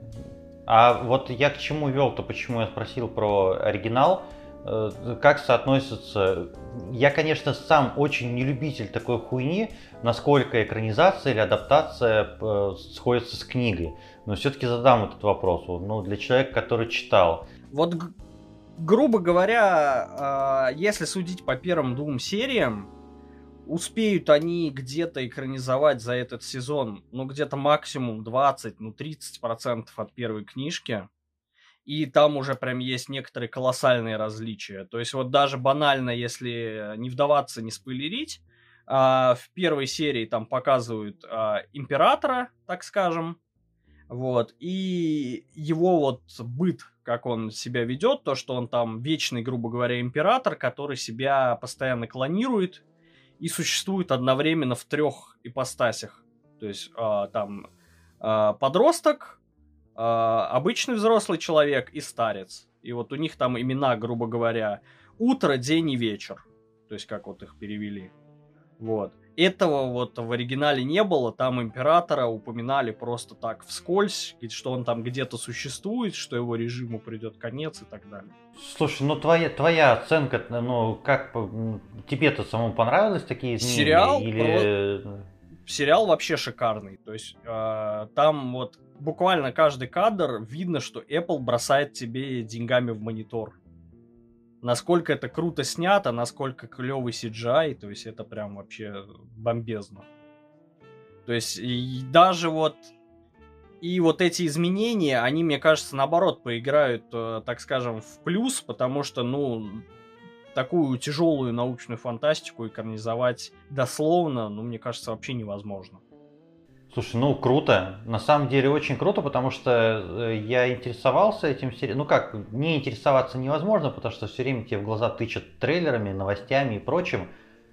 А вот я к чему вел-то, почему я спросил про оригинал, э, как соотносится... Я, конечно, сам очень не любитель такой хуйни, насколько экранизация или адаптация э, сходится с книгой. Но все-таки задам этот вопрос, вот, ну, для человека, который читал. Вот, г- грубо говоря, а, если судить по первым двум сериям, успеют они где-то экранизовать за этот сезон, ну, где-то максимум двадцать, ну, тридцать процентов от первой книжки. И там уже прям есть некоторые колоссальные различия. То есть вот даже банально, если не вдаваться, не спойлерить, а, в первой серии там показывают а, императора, так скажем, вот, и его вот быт, как он себя ведет, то, что он там вечный, грубо говоря, император, который себя постоянно клонирует и существует одновременно в трех ипостасях. То есть а, там а, подросток, а, обычный взрослый человек и старец. И вот у них там имена, грубо говоря, утро, день и вечер. То есть как вот их перевели. Вот. Этого вот в оригинале не было. Там императора упоминали просто так вскользь, и что он там где-то существует, что его режиму придет конец и так далее. Слушай, ну твоя, твоя оценка, ну как по- м, тебе-то самому понравилось такие изменения? Сериал Или... Сериал вообще шикарный. То есть э, там вот буквально каждый кадр видно, что Apple бросает тебе деньгами в монитор. Насколько это круто снято, насколько клевый си джи ай, то есть это прям вообще бомбезно. То есть и даже вот и вот эти изменения, они, мне кажется, наоборот, поиграют, э, так скажем, в плюс, потому что, ну, такую тяжелую научную фантастику экранизовать дословно, ну, мне кажется, вообще невозможно. Слушай, ну круто. На самом деле очень круто, потому что э, я интересовался этим сериалом. Ну как, не интересоваться невозможно, потому что все время тебе в глаза тычат трейлерами, новостями и прочим.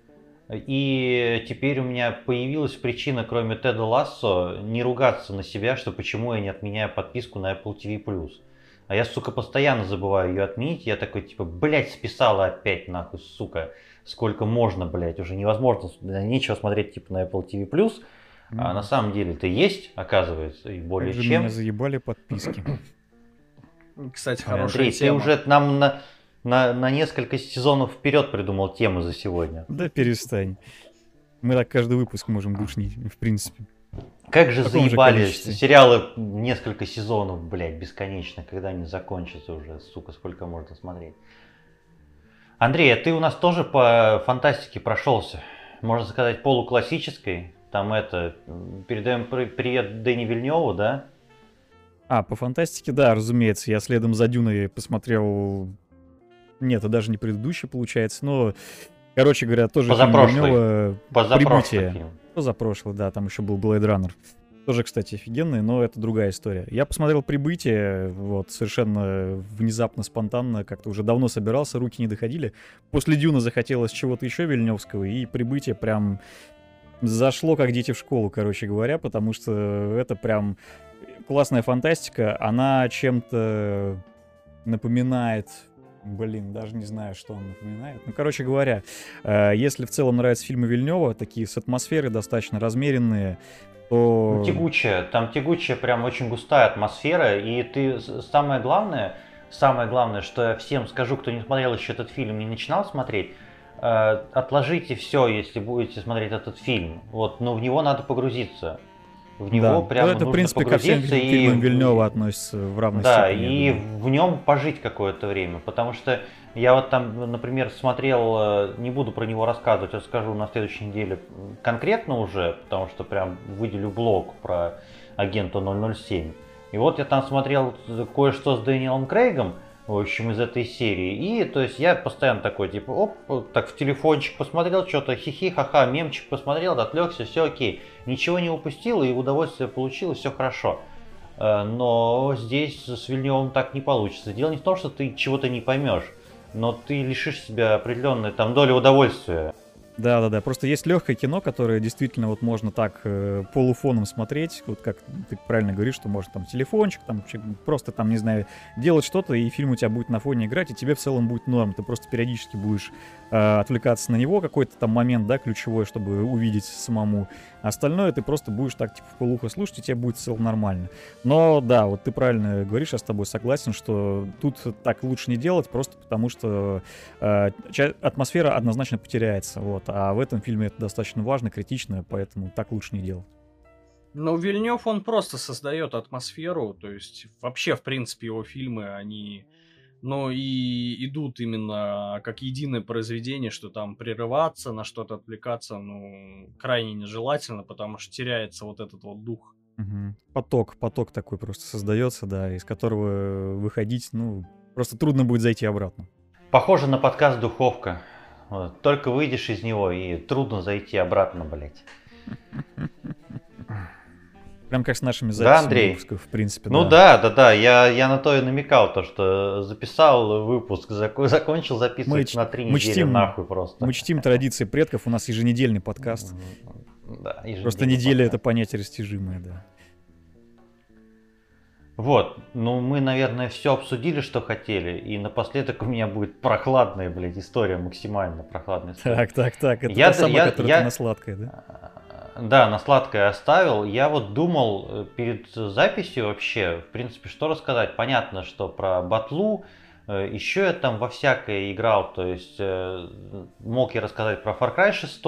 И теперь у меня появилась причина, кроме Теда Лассо, не ругаться на себя, что почему я не отменяю подписку на Apple ти ви плюс. А я, сука, постоянно забываю ее отменить. Я такой, типа, блять, списала опять, нахуй, сука. Сколько можно, блять, уже невозможно, нечего смотреть, типа, на Apple ти ви плюс. Ну, А на самом деле это есть, оказывается, и более как же чем. меня заебали подписки. Кстати, Ой, хорошая Андрей, тема. ты уже нам на, на, на несколько сезонов вперед придумал темы за сегодня. Да перестань. Мы так каждый выпуск можем душнить, в принципе. Как же В таком же заебали количестве. сериалы несколько сезонов, блядь, бесконечно, когда они закончатся уже, сука, сколько можно смотреть. Андрей, а ты у нас тоже по фантастике прошелся, можно сказать, полуклассической. Там это, передаем при- привет Дэни Вильнёву, да? А, по фантастике, да, разумеется. Я следом за Дюной посмотрел... Нет, это даже не предыдущий, получается, но... Короче говоря, тоже фильм Позапрошлый. Вильнёва Позапрошлый «Прибытие». фильм. Позапрошлый, да, там еще был Blade Runner. Тоже, кстати, офигенный, но это другая история. Я посмотрел «Прибытие», вот, совершенно внезапно, спонтанно, как-то уже давно собирался, руки не доходили. После «Дюна» захотелось чего-то еще вильнёвского, и «Прибытие» прям зашло, как дети в школу, короче говоря, потому что это прям классная фантастика. Она чем-то напоминает Блин, даже не знаю, что он напоминает. Ну, короче говоря, э, если в целом нравятся фильмы Вильнева, такие с атмосферой достаточно размеренные, Ну, то... тягучая, там тягучая, прям очень густая атмосфера, и ты, с- самое главное, самое главное, что я всем скажу, кто не смотрел еще этот фильм, не начинал смотреть, э, отложите все, если будете смотреть этот фильм, вот, но в него надо погрузиться, в него Да, прямо ну, это, в нужно принципе, ко всем погрузиться фи- фильмам и, Вильнева относится в равной да, степени, я и думаю. в нем пожить какое-то время, потому что я вот там, например, смотрел, э, не буду про него рассказывать, расскажу на следующей неделе конкретно уже, потому что прям выделю блог про агента ноль ноль семь. И вот я там смотрел кое-что с Дэниелом Крейгом, в общем, из этой серии. И, то есть, я постоянно такой, типа, оп, так в телефончик посмотрел, что-то хихи, ха-ха, мемчик посмотрел, отвлекся, все окей. Ничего не упустил, и удовольствие получил, и все хорошо. Э, Но здесь с Вильневым так не получится. Дело не в том, что ты чего-то не поймешь, но ты лишишь себя определенной там доли удовольствия. Да-да-да, просто есть легкое кино, которое действительно вот можно так э, полуфоном смотреть, вот как ты правильно говоришь, что может там телефончик, там че- просто там, не знаю, делать что-то, и фильм у тебя будет на фоне играть, и тебе в целом будет норм, ты просто периодически будешь э, отвлекаться на него, какой-то там момент, да, ключевой, чтобы увидеть самому, а остальное ты просто будешь так типа вполуха слушать, и тебе будет в целом нормально. Но да, вот ты правильно говоришь, я с тобой согласен, что тут так лучше не делать, просто потому что э, ча- атмосфера однозначно потеряется, вот. А в этом фильме это достаточно важно, критично, поэтому так лучше не делать. Ну, Вильнев, он просто создает атмосферу, то есть вообще, в принципе, его фильмы, они, ну, и идут именно как единое произведение, что там прерываться, на что-то отвлекаться, ну, крайне нежелательно, потому что теряется вот этот вот дух. Мгм. Поток, поток такой просто создается, да, из которого выходить, ну, просто трудно будет зайти обратно. Похоже на подкаст «Духовка». Вот, только выйдешь из него, и трудно зайти обратно, блять. Прям как с нашими Да, записями Андрей? выпусков, в принципе, Ну да. да, да, да, я, я на то и намекал, то, что записал выпуск, зако- закончил Мы, записывать ч- на три мы недели чтим, нахуй просто. мы чтим традиции предков, у нас еженедельный подкаст. Да, Просто еженедельный неделя — это подкаст. понятие растяжимое, да. Вот, ну мы, наверное, все обсудили, что хотели, и напоследок у меня будет прохладная, блядь, история, максимально прохладная история. Так, так, так, это Я та д- самая, я- которая я- ты на сладкое, да? Да, на сладкое оставил. Я вот думал э, перед записью вообще, в принципе, что рассказать. Понятно, что про батлу, э, еще я там во всякое играл, то есть э, мог я рассказать про Far Cry шесть,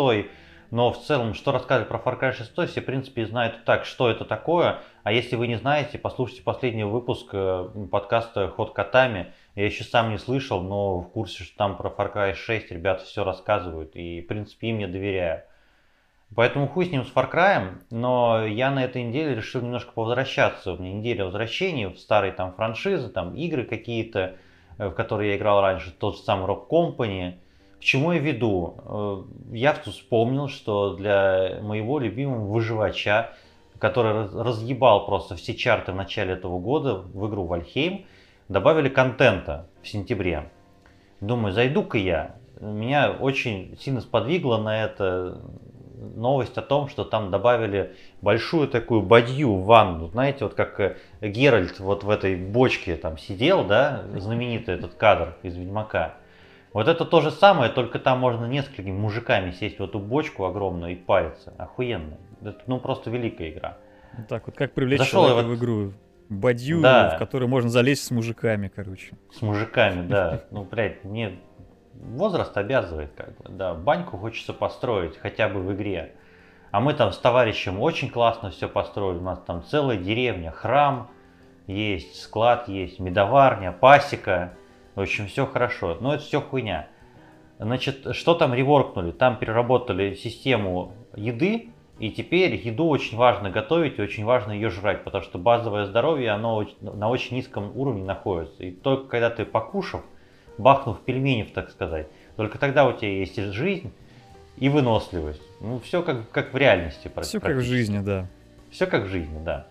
но в целом, что рассказать про Far Cry шесть, все, в принципе, знают и так, что это такое. А если вы не знаете, послушайте последний выпуск э, подкаста «Ход котами». Я еще сам не слышал, но в курсе, что там про Far Cry шесть ребята все рассказывают, и, в принципе, им я доверяю. Поэтому хуй с ним, с Far Cry, но я на этой неделе решил немножко повозвращаться. У меня неделя возвращений в старые там франшизы, там игры какие-то, э, в которые я играл раньше, тот же самый Rock Company. К чему я веду? Э, Я тут вспомнил, что для моего любимого выживача, который раз- разъебал просто все чарты в начале этого года в игру Valheim, добавили контента в сентябре. Думаю, зайду-ка я. Меня очень сильно сподвигло на это новость о том, что там добавили большую такую бадью в ванну. Знаете, вот как э, Геральт вот в этой бочке там сидел, да, знаменитый этот кадр из Ведьмака. Вот это то же самое, только там можно несколькими мужиками сесть в эту бочку огромную и париться. Охуенно. Это ну просто великая игра. Вот так вот, как привлечь Зашел я человека вот- в игру? Бадью, Да. в которую можно залезть с мужиками, короче. С мужиками, да. Ну, блядь, мне возраст обязывает, как бы, да. Баньку хочется построить, хотя бы в игре. А мы там с товарищем очень классно все построили. У нас там целая деревня, храм есть, склад есть, медоварня, пасека. В общем, все хорошо. Но это все хуйня. Значит, что там реворкнули? Там переработали систему еды. И теперь еду очень важно готовить и очень важно ее жрать, потому что базовое здоровье, оно оч- на очень низком уровне находится. И только когда ты покушав, бахнув пельменев, так сказать, только тогда у тебя есть и жизнь, и выносливость. Ну, все как, как в реальности. Все как в жизни, да. Все как в жизни, да.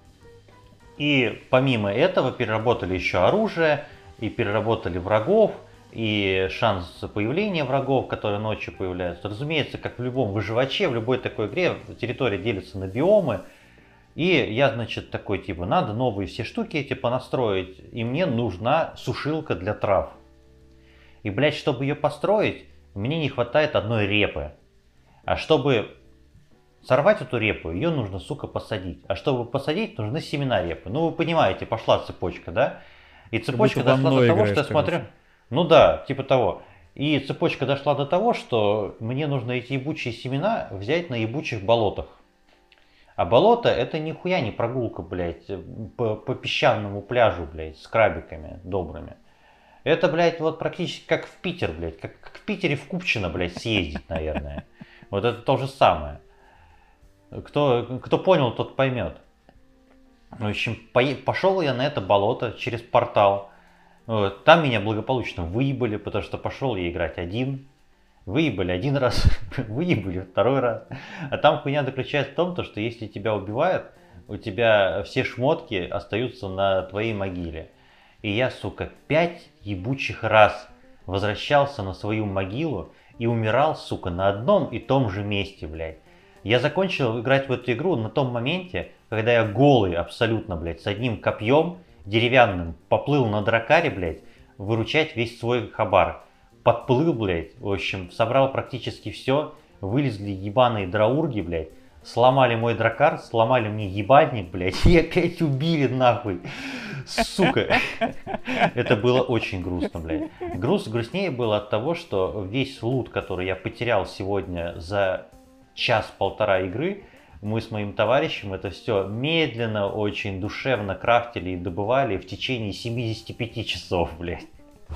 И помимо этого переработали еще оружие, и переработали врагов, и шанс появления врагов, которые ночью появляются. Разумеется, как в любом выживаче, в любой такой игре территория делится на биомы. И я, значит, такой, типа, надо новые все штуки эти понастроить, и мне нужна сушилка для трав. И, блядь, чтобы ее построить, мне не хватает одной репы. А чтобы сорвать эту репу, ее нужно, сука, посадить. А чтобы посадить, нужны семена репы. Ну, вы понимаете, пошла цепочка, да? И цепочка дошла до того, что я смотрю... Ну да, типа того. И цепочка дошла до того, что мне нужно эти ебучие семена взять на ебучих болотах. А болото это нихуя не прогулка, блядь, по, по песчаному пляжу, блядь, с крабиками добрыми. Это, блядь, вот практически как в Питер, блядь, как, как в Питере в Купчино, блядь, съездить, наверное. Вот это то же самое. Кто, кто понял, тот поймет. В общем, пошел я на это болото через портал. Вот. Там меня благополучно выебали, потому что пошел я играть один. Выебали один раз, выебали второй раз. А там хуйня заключается в том, что если тебя убивают, у тебя все шмотки остаются на твоей могиле. И я, сука, пять ебучих раз возвращался на свою могилу и умирал, сука, на одном и том же месте, блядь. Я закончил играть в эту игру на том моменте, когда я голый абсолютно, блядь, с одним копьем деревянным поплыл на дракаре, блядь, выручать весь свой хабар. Подплыл, блядь, в общем, собрал практически все, вылезли ебаные драурги, блядь, сломали мой дракар, сломали мне ебальник, блядь, и опять убили нахуй. Сука. Это было очень грустно, блядь. Груз, грустнее было от того, что весь лут, который я потерял сегодня за час-полтора игры, мы с моим товарищем это все медленно, очень душевно крафтили и добывали в течение семидесяти пяти часов, блядь.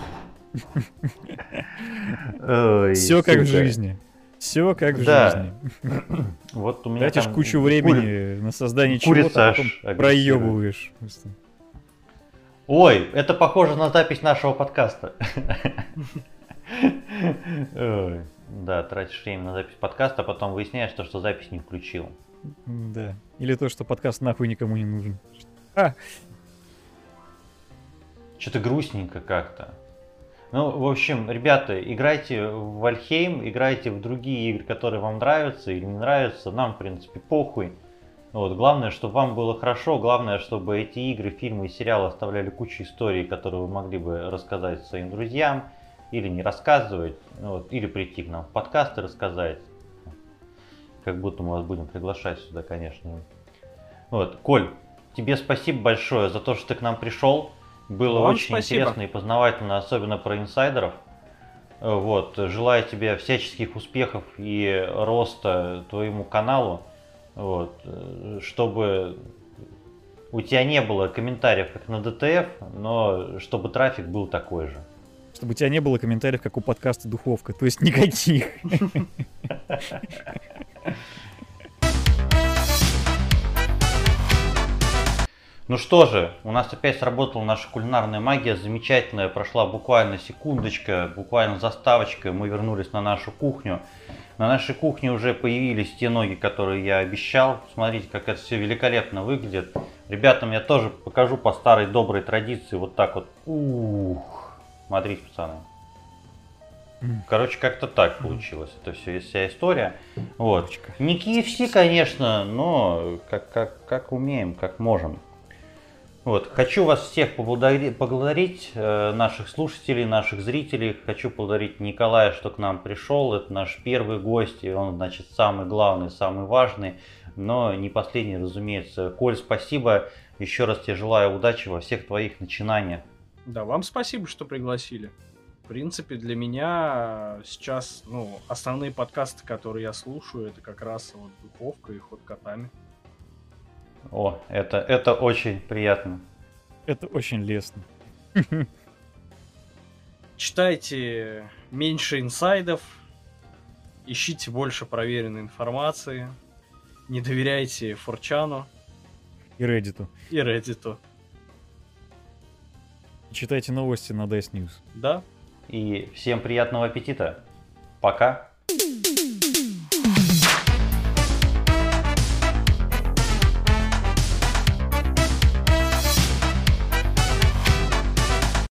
Ой, все как в жизни. Все как в да. жизни. Вот у меня тратишь там кучу времени кури... на создание чего-то, а потом проебываешь. Ой, это похоже на запись нашего подкаста. Ой, да, тратишь время на запись подкаста, а потом выясняешь, что, что запись не включил. Да. Или то, что подкаст нахуй никому не нужен. А. Что-то грустненько как-то. Ну, в общем, ребята, играйте в Вальхейм, играйте в другие игры, которые вам нравятся или не нравятся. Нам, в принципе, похуй. Вот, главное, чтобы вам было хорошо. Главное, чтобы эти игры, фильмы и сериалы оставляли кучу историй, которые вы могли бы рассказать своим друзьям. Или не рассказывать. Вот, или прийти к нам в подкаст и рассказать. Как будто мы вас будем приглашать сюда, конечно. Вот, Коль, тебе спасибо большое за то, что ты к нам пришел. Было Вам очень спасибо. Интересно и познавательно, особенно про инсайдеров. Вот, желаю тебе всяческих успехов и роста твоему каналу. Вот, чтобы у тебя не было комментариев, как на ди ти эф, но чтобы трафик был такой же. Чтобы у тебя не было комментариев, как у подкаста «Духовка», то есть никаких. Ну что же, у нас опять сработала наша кулинарная магия, замечательная, прошла буквально секундочка, буквально заставочка, мы вернулись на нашу кухню. На нашей кухне уже появились те ноги, которые я обещал. Смотрите, как это все великолепно выглядит. Ребятам я тоже покажу по старой доброй традиции, вот так вот. Ух, смотрите, пацаны. Короче, как-то так получилось. Это все вся история. Вот. Не кей эф си, конечно, но как, как, как умеем, как можем. Вот. Хочу вас всех поблагодарить, поблагодарить э, наших слушателей, наших зрителей. Хочу поблагодарить Николая, что к нам пришел. Это наш первый гость, и он, значит, самый главный, самый важный, но не последний, разумеется. Коль, спасибо. Еще раз тебе желаю удачи во всех твоих начинаниях. Да, вам спасибо, что пригласили. В принципе, для меня сейчас, ну, основные подкасты, которые я слушаю, это как раз вот «Духовка» и «Ход котами». О, это, это очень приятно. Это очень лестно. Читайте меньше инсайдов, ищите больше проверенной информации, не доверяйте форчану. И Reddit. И Reddit. Читайте новости на Dice News. Да. И всем приятного аппетита. Пока.